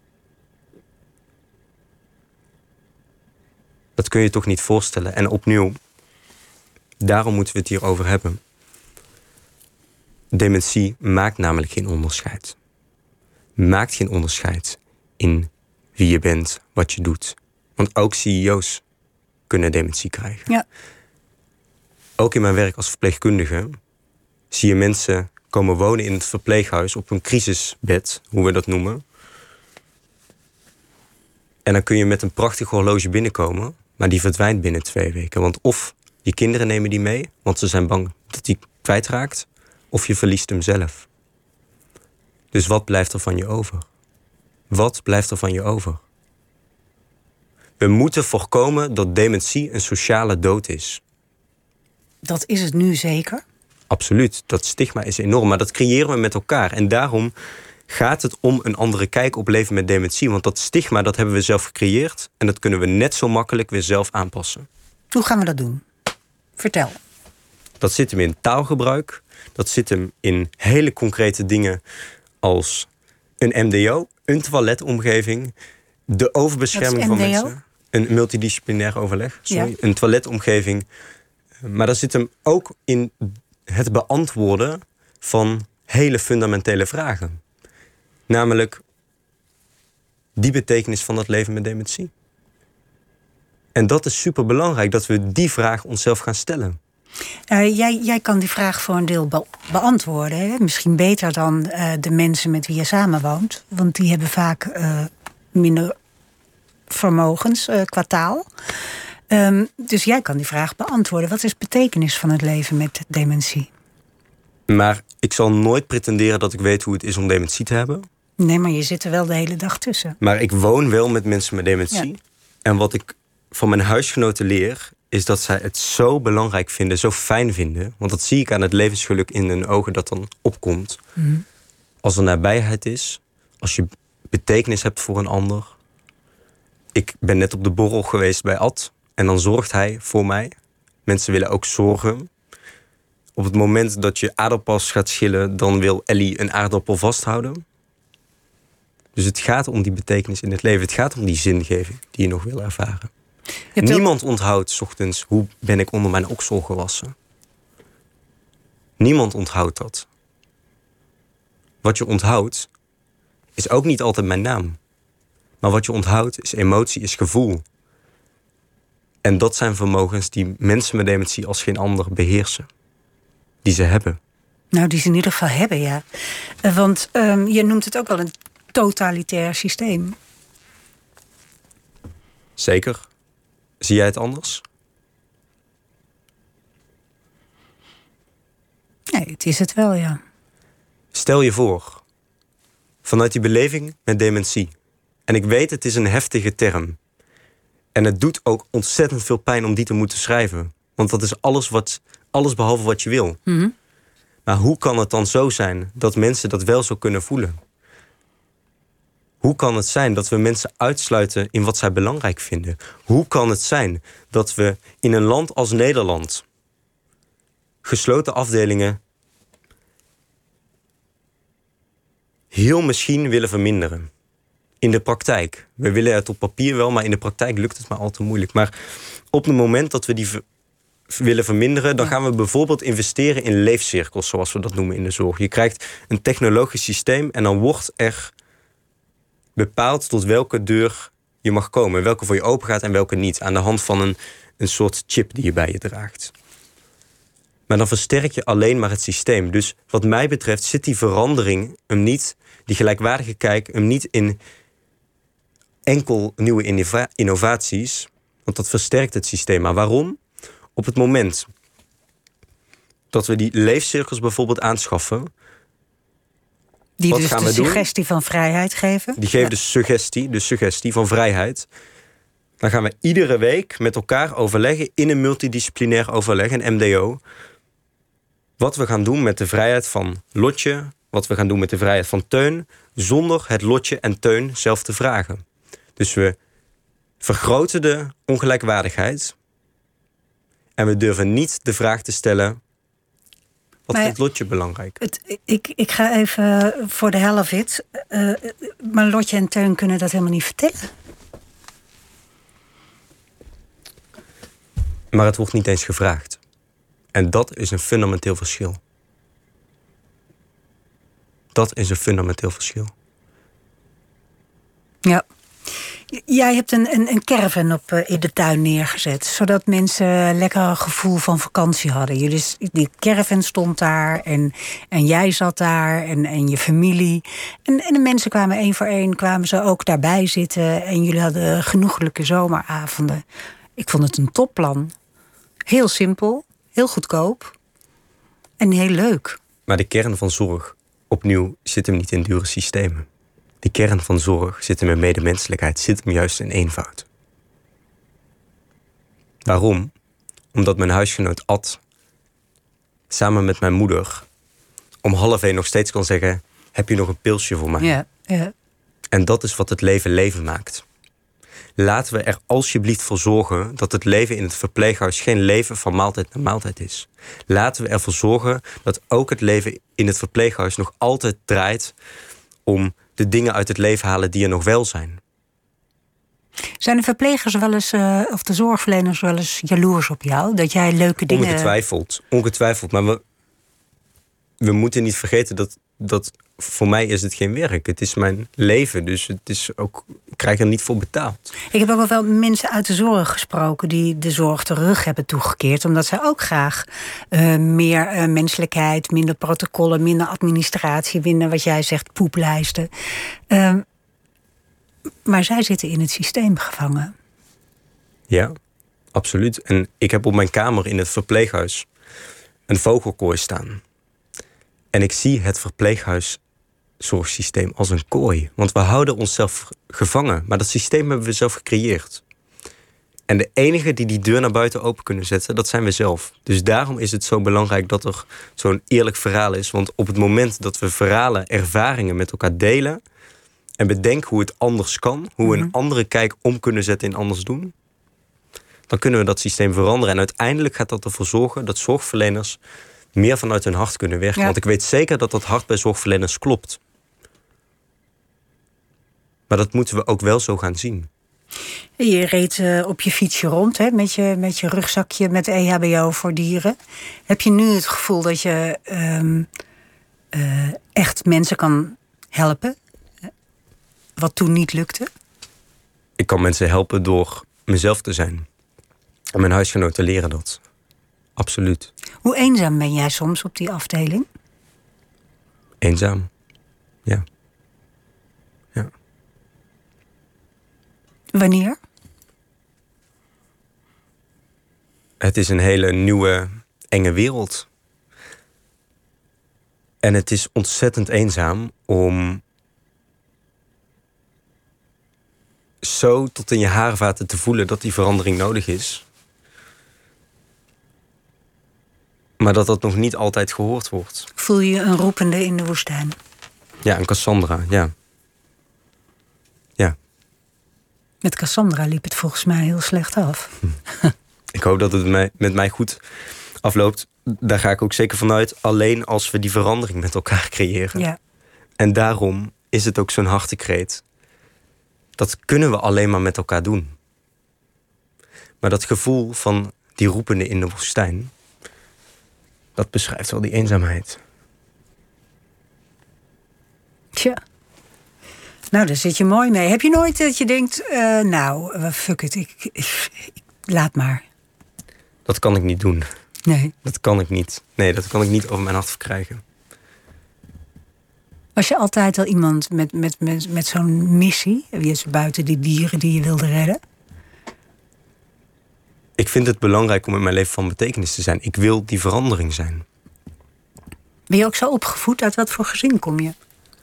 Dat kun je toch niet voorstellen. En opnieuw, daarom moeten we het hier over hebben. Dementie maakt namelijk geen onderscheid. Maakt geen onderscheid in wie je bent, wat je doet. Want ook C E O's kunnen dementie krijgen. Ja. Ook in mijn werk als verpleegkundige zie je mensen komen wonen in het verpleeghuis op een crisisbed, hoe we dat noemen. En dan kun je met een prachtig horloge binnenkomen, maar die verdwijnt binnen twee weken. Want of je kinderen nemen die mee, want ze zijn bang dat die kwijtraakt, of je verliest hem zelf. Dus wat blijft er van je over? Wat blijft er van je over? We moeten voorkomen dat dementie een sociale dood is. Dat is het nu zeker? Absoluut, dat stigma is enorm, maar dat creëren we met elkaar. En daarom gaat het om een andere kijk op leven met dementie. Want dat stigma, dat hebben we zelf gecreëerd. En dat kunnen we net zo makkelijk weer zelf aanpassen. Hoe gaan we dat doen? Vertel. Dat zit hem in taalgebruik. Dat zit hem in hele concrete dingen als een M D O, een toiletomgeving, de overbescherming van mensen. Een multidisciplinair overleg, sorry. Ja. Een toiletomgeving. Maar dat zit hem ook in het beantwoorden van hele fundamentele vragen. Namelijk die betekenis van dat leven met dementie. En dat is superbelangrijk, dat we die vraag onszelf gaan stellen. Uh, jij, jij kan die vraag voor een deel be- beantwoorden. Hè? Misschien beter dan uh, de mensen met wie je samenwoont. Want die hebben vaak uh, minder vermogens uh, qua taal. Um, dus jij kan die vraag beantwoorden. Wat is de betekenis van het leven met dementie? Maar ik zal nooit pretenderen dat ik weet hoe het is om dementie te hebben. Nee, maar je zit er wel de hele dag tussen. Maar ik woon wel met mensen met dementie. Ja. En wat ik van mijn huisgenoten leer, is dat zij het zo belangrijk vinden, zo fijn vinden. Want dat zie ik aan het levensgeluk in hun ogen dat dan opkomt. Mm. Als er nabijheid is, als je betekenis hebt voor een ander. Ik ben net op de borrel geweest bij Ad. En dan zorgt hij voor mij. Mensen willen ook zorgen. Op het moment dat je aardappels gaat schillen, dan wil Ellie een aardappel vasthouden. Dus het gaat om die betekenis in het leven. Het gaat om die zingeving die je nog wil ervaren. Niemand onthoudt 's ochtends hoe ben ik onder mijn oksel gewassen. Niemand onthoudt dat. Wat je onthoudt is ook niet altijd mijn naam. Maar wat je onthoudt is emotie, is gevoel. En dat zijn vermogens die mensen met dementie als geen ander beheersen. Die ze hebben. Nou, die ze in ieder geval hebben, ja. Want um, je noemt het ook wel een totalitair systeem. Zeker. Zie jij het anders? Nee, het is het wel, ja. Stel je voor, vanuit die beleving met dementie. En ik weet, het is een heftige term. En het doet ook ontzettend veel pijn om die te moeten schrijven. Want dat is alles, wat, alles behalve wat je wil. Mm-hmm. Maar hoe kan het dan zo zijn dat mensen dat wel zo kunnen voelen? Hoe kan het zijn dat we mensen uitsluiten in wat zij belangrijk vinden? Hoe kan het zijn dat we in een land als Nederland gesloten afdelingen heel misschien willen verminderen? In de praktijk. We willen het op papier wel, maar in de praktijk lukt het maar al te moeilijk. Maar op het moment dat we die ver- willen verminderen, dan gaan we bijvoorbeeld investeren in leefcirkels, zoals we dat noemen in de zorg. Je krijgt een technologisch systeem en dan wordt er bepaald tot welke deur je mag komen. Welke voor je open gaat en welke niet. Aan de hand van een, een soort chip die je bij je draagt. Maar dan versterk je alleen maar het systeem. Dus wat mij betreft zit die verandering hem niet, die gelijkwaardige kijk, hem niet in enkel nieuwe innova- innovaties. Want dat versterkt het systeem. Maar waarom? Op het moment dat we die leefcirkels bijvoorbeeld aanschaffen, die wat dus gaan de we suggestie doen? van vrijheid geven. Die geven ja. de suggestie, de suggestie van vrijheid. Dan gaan we iedere week met elkaar overleggen in een multidisciplinair overleg, een M D O. Wat we gaan doen met de vrijheid van Lotje, wat we gaan doen met de vrijheid van Teun, zonder het Lotje en Teun zelf te vragen. Dus we vergroten de ongelijkwaardigheid. En we durven niet de vraag te stellen: wat maar vindt Lotje belangrijk? Het, ik, ik ga even voor de helft. Uh, maar Lotje en Teun kunnen dat helemaal niet vertellen. Maar het wordt niet eens gevraagd. En dat is een fundamenteel verschil. Dat is een fundamenteel verschil. Ja. Jij hebt een, een, een caravan op, uh, in de tuin neergezet, zodat mensen lekker een gevoel van vakantie hadden. Jullie, die caravan stond daar en, en jij zat daar en, en je familie. En, en de mensen kwamen één voor één, kwamen ze ook daarbij zitten. En jullie hadden genoeglijke zomeravonden. Ik vond het een topplan. Heel simpel, heel goedkoop en heel leuk. Maar de kern van zorg, opnieuw, zit hem niet in dure systemen. De kern van zorg zit hem in medemenselijkheid, zit hem juist in eenvoud. Waarom? Omdat mijn huisgenoot Ad samen met mijn moeder om half één nog steeds kan zeggen: heb je nog een pilsje voor mij? Ja, ja. En dat is wat het leven leven maakt. Laten we er alsjeblieft voor zorgen dat het leven in het verpleeghuis geen leven van maaltijd naar maaltijd is. Laten we ervoor zorgen dat ook het leven in het verpleeghuis nog altijd draait om de dingen uit het leven halen die er nog wel zijn. Zijn de verplegers wel eens, uh, of de zorgverleners wel eens jaloers op jou? Dat jij leuke dingen... Ongetwijfeld, ongetwijfeld. Maar we, we moeten niet vergeten dat, dat voor mij is het geen werk. Het is mijn leven, dus het is ook, ik krijg er niet voor betaald. Ik heb ook wel mensen uit de zorg gesproken die de zorg de rug hebben toegekeerd, omdat zij ook graag uh, meer uh, menselijkheid, minder protocollen, minder administratie, minder wat jij zegt, poeplijsten. Uh, maar zij zitten in het systeem gevangen. Ja, absoluut. En ik heb op mijn kamer in het verpleeghuis een vogelkooi staan. En ik zie het verpleeghuiszorgsysteem als een kooi. Want we houden onszelf gevangen. Maar dat systeem hebben we zelf gecreëerd. En de enige die die deur naar buiten open kunnen zetten, dat zijn we zelf. Dus daarom is het zo belangrijk dat er zo'n eerlijk verhaal is. Want op het moment dat we verhalen, ervaringen met elkaar delen en bedenken hoe het anders kan, hoe we een andere kijk om kunnen zetten in anders doen, dan kunnen we dat systeem veranderen. En uiteindelijk gaat dat ervoor zorgen dat zorgverleners meer vanuit hun hart kunnen werken. Ja. Want ik weet zeker dat dat hart bij zorgverleners klopt. Maar dat moeten we ook wel zo gaan zien. Je reed uh, op je fietsje rond, hè, met, je, met je rugzakje met E H B O voor dieren. Heb je nu het gevoel dat je um, uh, echt mensen kan helpen? Wat toen niet lukte? Ik kan mensen helpen door mezelf te zijn. En mijn huisgenoten leren dat. Absoluut. Hoe eenzaam ben jij soms op die afdeling? Eenzaam, ja. Ja. Wanneer? Het is een hele nieuwe, enge wereld. En het is ontzettend eenzaam om zo tot in je haarvaten te voelen dat die verandering nodig is. Maar dat dat nog niet altijd gehoord wordt. Voel je een roepende in de woestijn? Ja, een Cassandra, ja. Ja. Met Cassandra liep het volgens mij heel slecht af. Hm. Ik hoop dat het met mij goed afloopt. Daar ga ik ook zeker vanuit. Alleen als we die verandering met elkaar creëren. Ja. En daarom is het ook zo'n hartekreet. Dat kunnen we alleen maar met elkaar doen. Maar dat gevoel van die roepende in de woestijn, dat beschrijft wel die eenzaamheid. Tja. Nou, daar zit je mooi mee. Heb je nooit dat je denkt, uh, nou, uh, fuck it, ik, ik, ik, laat maar. Dat kan ik niet doen. Nee. Dat kan ik niet. Nee, dat kan ik niet over mijn hart verkrijgen. Was je altijd al iemand met, met, met, met zo'n missie? Buiten die dieren die je wilde redden? Ik vind het belangrijk om in mijn leven van betekenis te zijn. Ik wil die verandering zijn. Ben je ook zo opgevoed? Uit wat voor gezin kom je?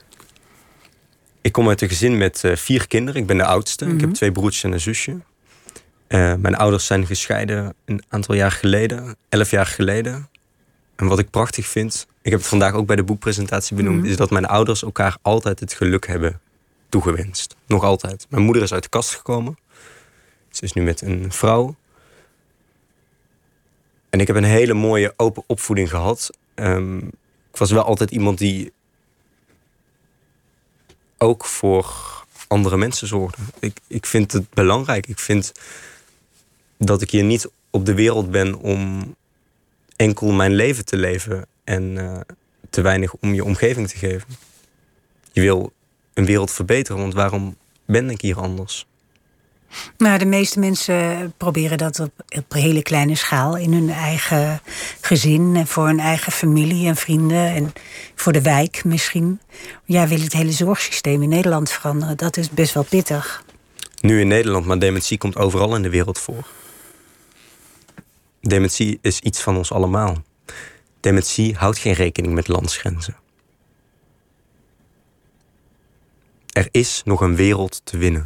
Ik kom uit een gezin met uh, vier kinderen. Ik ben de oudste. Mm-hmm. Ik heb twee broertjes en een zusje. Uh, mijn ouders zijn gescheiden een aantal jaar geleden. Elf jaar geleden. En wat ik prachtig vind, ik heb het vandaag ook bij de boekpresentatie benoemd, mm-hmm. is dat mijn ouders elkaar altijd het geluk hebben toegewenst. Nog altijd. Mijn moeder is uit de kast gekomen. Ze is nu met een vrouw. En ik heb een hele mooie open opvoeding gehad. Um, ik was wel altijd iemand die ook voor andere mensen zorgde. Ik, ik vind het belangrijk. Ik vind dat ik hier niet op de wereld ben om enkel mijn leven te leven en uh, te weinig om je omgeving te geven. Je wil een wereld verbeteren, want waarom ben ik hier anders? Nou, de meeste mensen proberen dat op, op een hele kleine schaal in hun eigen gezin en voor hun eigen familie en vrienden en voor de wijk misschien. Jij wil het hele zorgsysteem in Nederland veranderen. Dat is best wel pittig. Nu in Nederland, maar dementie komt overal in de wereld voor. Dementie is iets van ons allemaal. Dementie houdt geen rekening met landsgrenzen. Er is nog een wereld te winnen.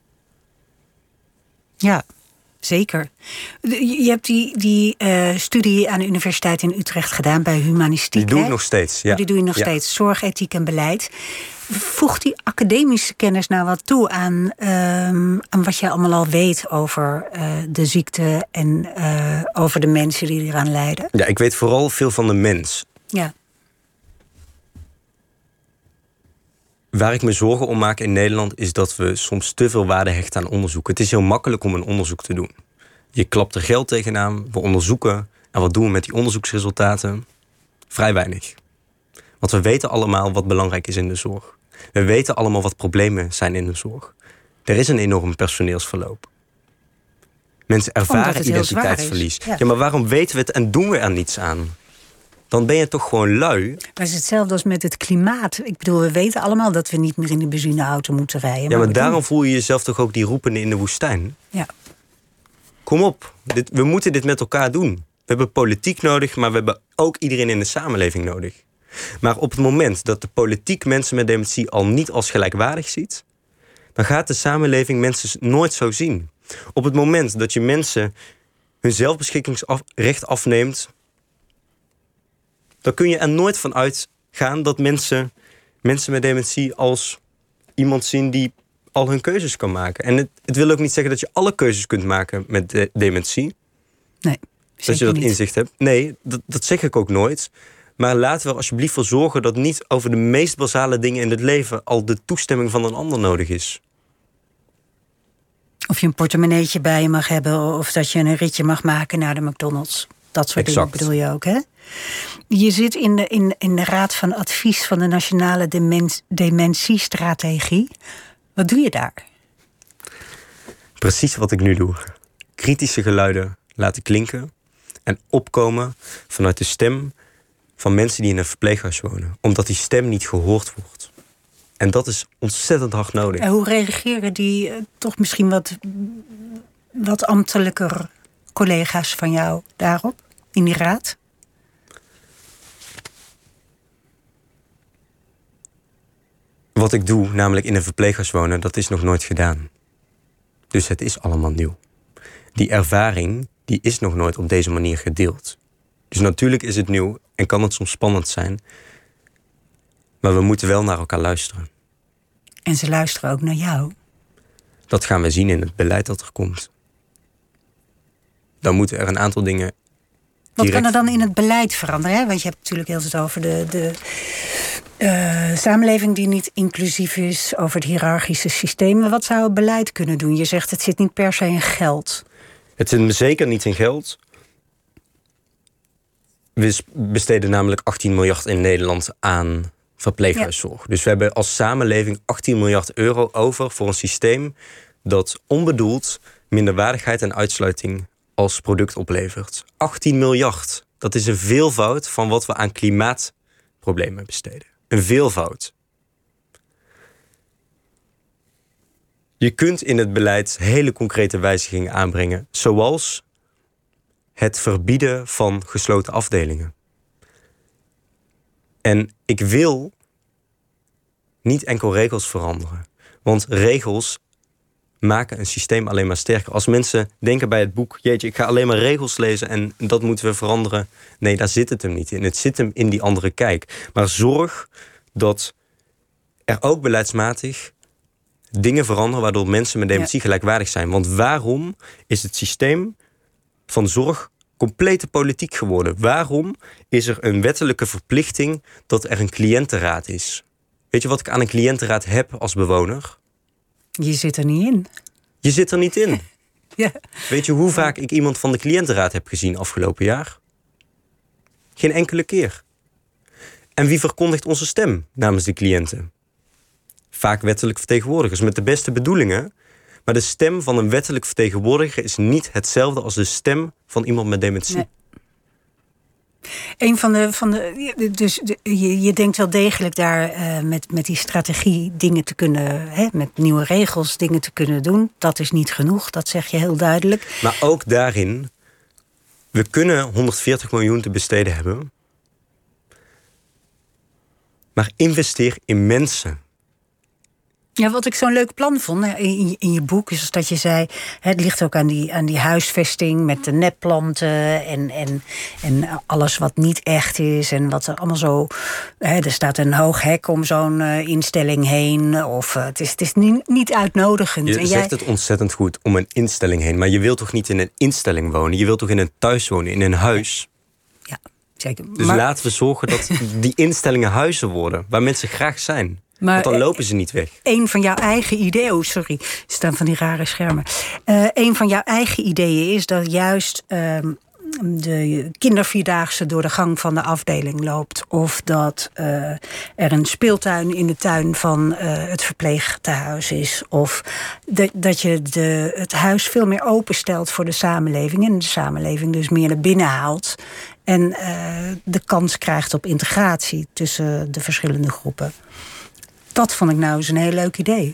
Ja, zeker. Je hebt die, die uh, studie aan de Universiteit in Utrecht gedaan bij humanistiek. Die doe ik hè? nog steeds, ja. Oh, die doe je nog ja. steeds. Zorg, ethiek en beleid. Voegt die academische kennis nou wat toe aan, um, aan wat je allemaal al weet over uh, de ziekte en uh, over de mensen die eraan lijden? Ja, ik weet vooral veel van de mens. Ja. Waar ik me zorgen om maak in Nederland is dat we soms te veel waarde hechten aan onderzoek. Het is heel makkelijk om een onderzoek te doen. Je klapt er geld tegenaan, we onderzoeken. En wat doen we met die onderzoeksresultaten? Vrij weinig. Want we weten allemaal wat belangrijk is in de zorg. We weten allemaal wat problemen zijn in de zorg. Er is een enorm personeelsverloop. Mensen ervaren identiteitsverlies. Ja. ja, maar waarom weten we het en doen we er niets aan? Dan ben je toch gewoon lui. Maar het is hetzelfde als met het klimaat. Ik bedoel, we weten allemaal dat we niet meer in de benzineauto moeten rijden. Ja, maar, maar daarom doen... voel je jezelf toch ook die roepende in de woestijn? Ja. Kom op, dit, we moeten dit met elkaar doen. We hebben politiek nodig, maar we hebben ook iedereen in de samenleving nodig. Maar op het moment dat de politiek mensen met dementie al niet als gelijkwaardig ziet, dan gaat de samenleving mensen nooit zo zien. Op het moment dat je mensen hun zelfbeschikkingsrecht afneemt, dan kun je er nooit van uitgaan dat mensen, mensen met dementie als iemand zien die al hun keuzes kan maken. En het, het wil ook niet zeggen dat je alle keuzes kunt maken met de, dementie. Nee, dat je dat niet. inzicht hebt. Nee, dat, dat zeg ik ook nooit. Maar laten we er alsjeblieft voor zorgen dat niet over de meest basale dingen in het leven al de toestemming van een ander nodig is. Of je een portemonneetje bij je mag hebben, of dat je een ritje mag maken naar de McDonald's. Dat soort exact. dingen bedoel je ook, hè? Je zit in de, in, in de Raad van Advies van de Nationale Demens, Dementiestrategie. Wat doe je daar? Precies wat ik nu doe. Kritische geluiden laten klinken en opkomen vanuit de stem van mensen die in een verpleeghuis wonen. Omdat die stem niet gehoord wordt. En dat is ontzettend hard nodig. En hoe reageren die uh, toch misschien wat, wat ambtelijker collega's van jou daarop, in die raad? Wat ik doe, namelijk in een verpleeghuis wonen, dat is nog nooit gedaan. Dus het is allemaal nieuw. Die ervaring, die is nog nooit op deze manier gedeeld. Dus natuurlijk is het nieuw en kan het soms spannend zijn. Maar we moeten wel naar elkaar luisteren. En ze luisteren ook naar jou. Dat gaan we zien in het beleid dat er komt. Dan moeten er een aantal dingen... Wat direct... kan er dan in het beleid veranderen? Hè? Want je hebt natuurlijk heel veel over de, de uh, samenleving die niet inclusief is, over het hiërarchische systeem. Maar wat zou het beleid kunnen doen? Je zegt het zit niet per se in geld. Het zit zeker niet in geld. We besteden namelijk achttien miljard in Nederland aan verpleeghuiszorg. Ja. Dus we hebben als samenleving achttien miljard euro over voor een systeem dat onbedoeld minderwaardigheid en uitsluiting als product oplevert. achttien miljard. Dat is een veelvoud van wat we aan klimaatproblemen besteden. Een veelvoud. Je kunt in het beleid hele concrete wijzigingen aanbrengen, zoals het verbieden van gesloten afdelingen. En ik wil niet enkel regels veranderen. Want regels maken een systeem alleen maar sterker. Als mensen denken bij het boek, jeetje, ik ga alleen maar regels lezen en dat moeten we veranderen. Nee, daar zit het hem niet in. Het zit hem in die andere kijk. Maar zorg dat er ook beleidsmatig dingen veranderen waardoor mensen met dementie ja. gelijkwaardig zijn. Want waarom is het systeem van zorg complete politiek geworden? Waarom is er een wettelijke verplichting dat er een cliëntenraad is? Weet je wat ik aan een cliëntenraad heb als bewoner? Je zit er niet in. Je zit er niet in. Ja. Weet je hoe vaak ik iemand van de cliëntenraad heb gezien afgelopen jaar? Geen enkele keer. En wie verkondigt onze stem namens de cliënten? Vaak wettelijk vertegenwoordigers met de beste bedoelingen. Maar de stem van een wettelijk vertegenwoordiger is niet hetzelfde als de stem van iemand met dementie. Nee. Een van de. Van de dus de, je, je denkt wel degelijk daar uh, met, met die strategie dingen te kunnen. Hè, met nieuwe regels dingen te kunnen doen. Dat is niet genoeg, dat zeg je heel duidelijk. Maar ook daarin. We kunnen honderdveertig miljoen te besteden hebben. Maar investeer in mensen. Ja, wat ik zo'n leuk plan vond in, in je boek is dat je zei, het ligt ook aan die, aan die huisvesting met de nepplanten en, en, en alles wat niet echt is en wat er allemaal zo. Hè, er staat een hoog hek om zo'n uh, instelling heen. Of uh, het is, het is niet, niet uitnodigend. Je en zegt jij... het ontzettend goed om een instelling heen. Maar je wilt toch niet in een instelling wonen? Je wilt toch in een thuis wonen, in een huis? Ja, zeker. Dus maar... laten we zorgen dat die instellingen huizen worden waar mensen graag zijn. Maar want dan lopen ze niet weg. Een van jouw eigen ideeën... Oh, sorry, er staan van die rare schermen. Uh, een van jouw eigen ideeën is dat juist uh, de kindervierdaagse door de gang van de afdeling loopt. Of dat uh, er een speeltuin in de tuin van uh, het verpleegtehuis is. Of de, dat je de, het huis veel meer openstelt voor de samenleving. En de samenleving dus meer naar binnen haalt. En uh, de kans krijgt op integratie tussen de verschillende groepen. Dat vond ik nou eens een heel leuk idee.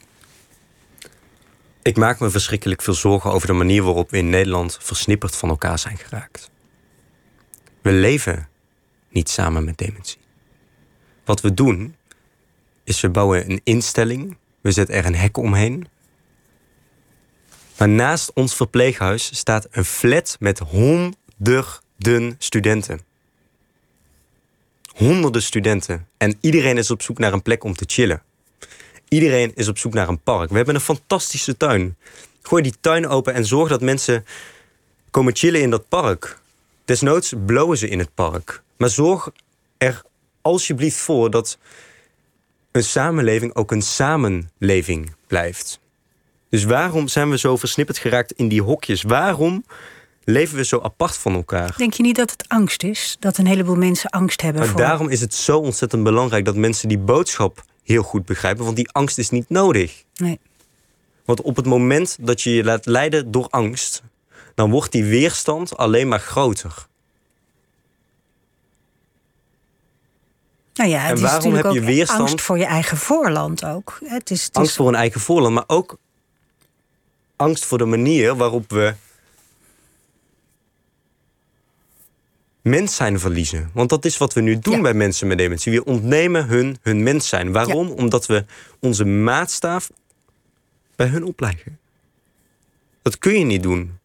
Ik maak me verschrikkelijk veel zorgen over de manier waarop we in Nederland versnipperd van elkaar zijn geraakt. We leven niet samen met dementie. Wat we doen, is we bouwen een instelling. We zetten er een hek omheen. Maar naast ons verpleeghuis staat een flat met honderden studenten. Honderden studenten. En iedereen is op zoek naar een plek om te chillen. Iedereen is op zoek naar een park. We hebben een fantastische tuin. Gooi die tuin open en zorg dat mensen komen chillen in dat park. Desnoods blowen ze in het park. Maar zorg er alsjeblieft voor dat een samenleving ook een samenleving blijft. Dus waarom zijn we zo versnipperd geraakt in die hokjes? Waarom leven we zo apart van elkaar? Denk je niet dat het angst is? Dat een heleboel mensen angst hebben maar voor... daarom is het zo ontzettend belangrijk dat mensen die boodschap heel goed begrijpen. Want die angst is niet nodig. Nee. Want op het moment dat je je laat leiden door angst, dan wordt die weerstand alleen maar groter. Nou ja, het en is waarom natuurlijk heb je ook weerstand? Angst voor je eigen voorland ook. Het is, het angst is... voor een eigen voorland, maar ook angst voor de manier waarop we mens zijn verliezen. Want dat is wat we nu doen ja. bij mensen met dementie. We ontnemen hun hun mens zijn. Waarom? Ja. Omdat we onze maatstaaf bij hun opleggen. Dat kun je niet doen.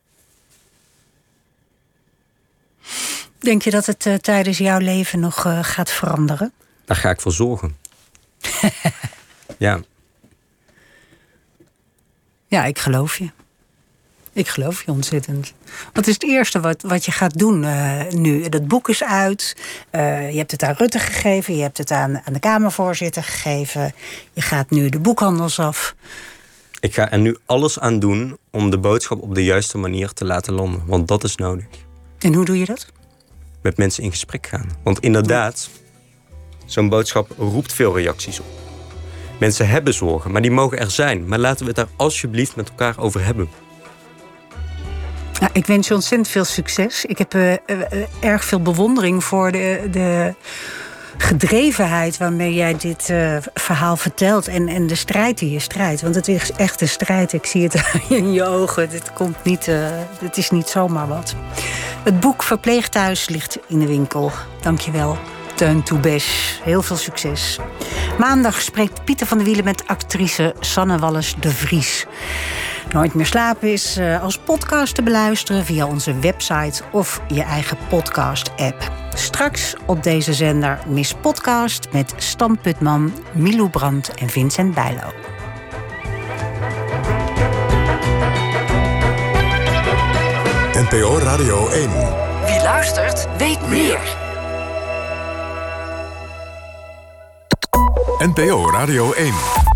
Denk je dat het uh, tijdens jouw leven nog uh, gaat veranderen? Daar ga ik voor zorgen. ja. Ja, ik geloof je. Ik geloof je ontzettend. Wat is het eerste wat, wat je gaat doen uh, nu? Dat boek is uit. Uh, je hebt het aan Rutte gegeven. Je hebt het aan, aan de Kamervoorzitter gegeven. Je gaat nu de boekhandels af. Ik ga er nu alles aan doen om de boodschap op de juiste manier te laten landen. Want dat is nodig. En hoe doe je dat? Met mensen in gesprek gaan. Want inderdaad, zo'n boodschap roept veel reacties op. Mensen hebben zorgen, maar die mogen er zijn. Maar laten we het daar alsjeblieft met elkaar over hebben. Nou, ik wens je ontzettend veel succes. Ik heb uh, uh, erg veel bewondering voor de, de gedrevenheid waarmee jij dit uh, verhaal vertelt. En, en de strijd die je strijdt. Want het is echt een strijd. Ik zie het in je ogen. Dit komt niet, uh, het is niet zomaar wat. Het boek Verpleegthuis ligt in de winkel. Dank je wel, Teun Toebes. Heel veel succes. Maandag spreekt Pieter van der Wielen met actrice Sanne Wallis de Vries. Nooit meer slapen is uh, als podcast te beluisteren via onze website of je eigen podcast-app. Straks op deze zender Miss Podcast met Stan Putman, Milou Brandt en Vincent Bijlo. P O Radio één. Wie luistert, weet meer. N P O Radio één.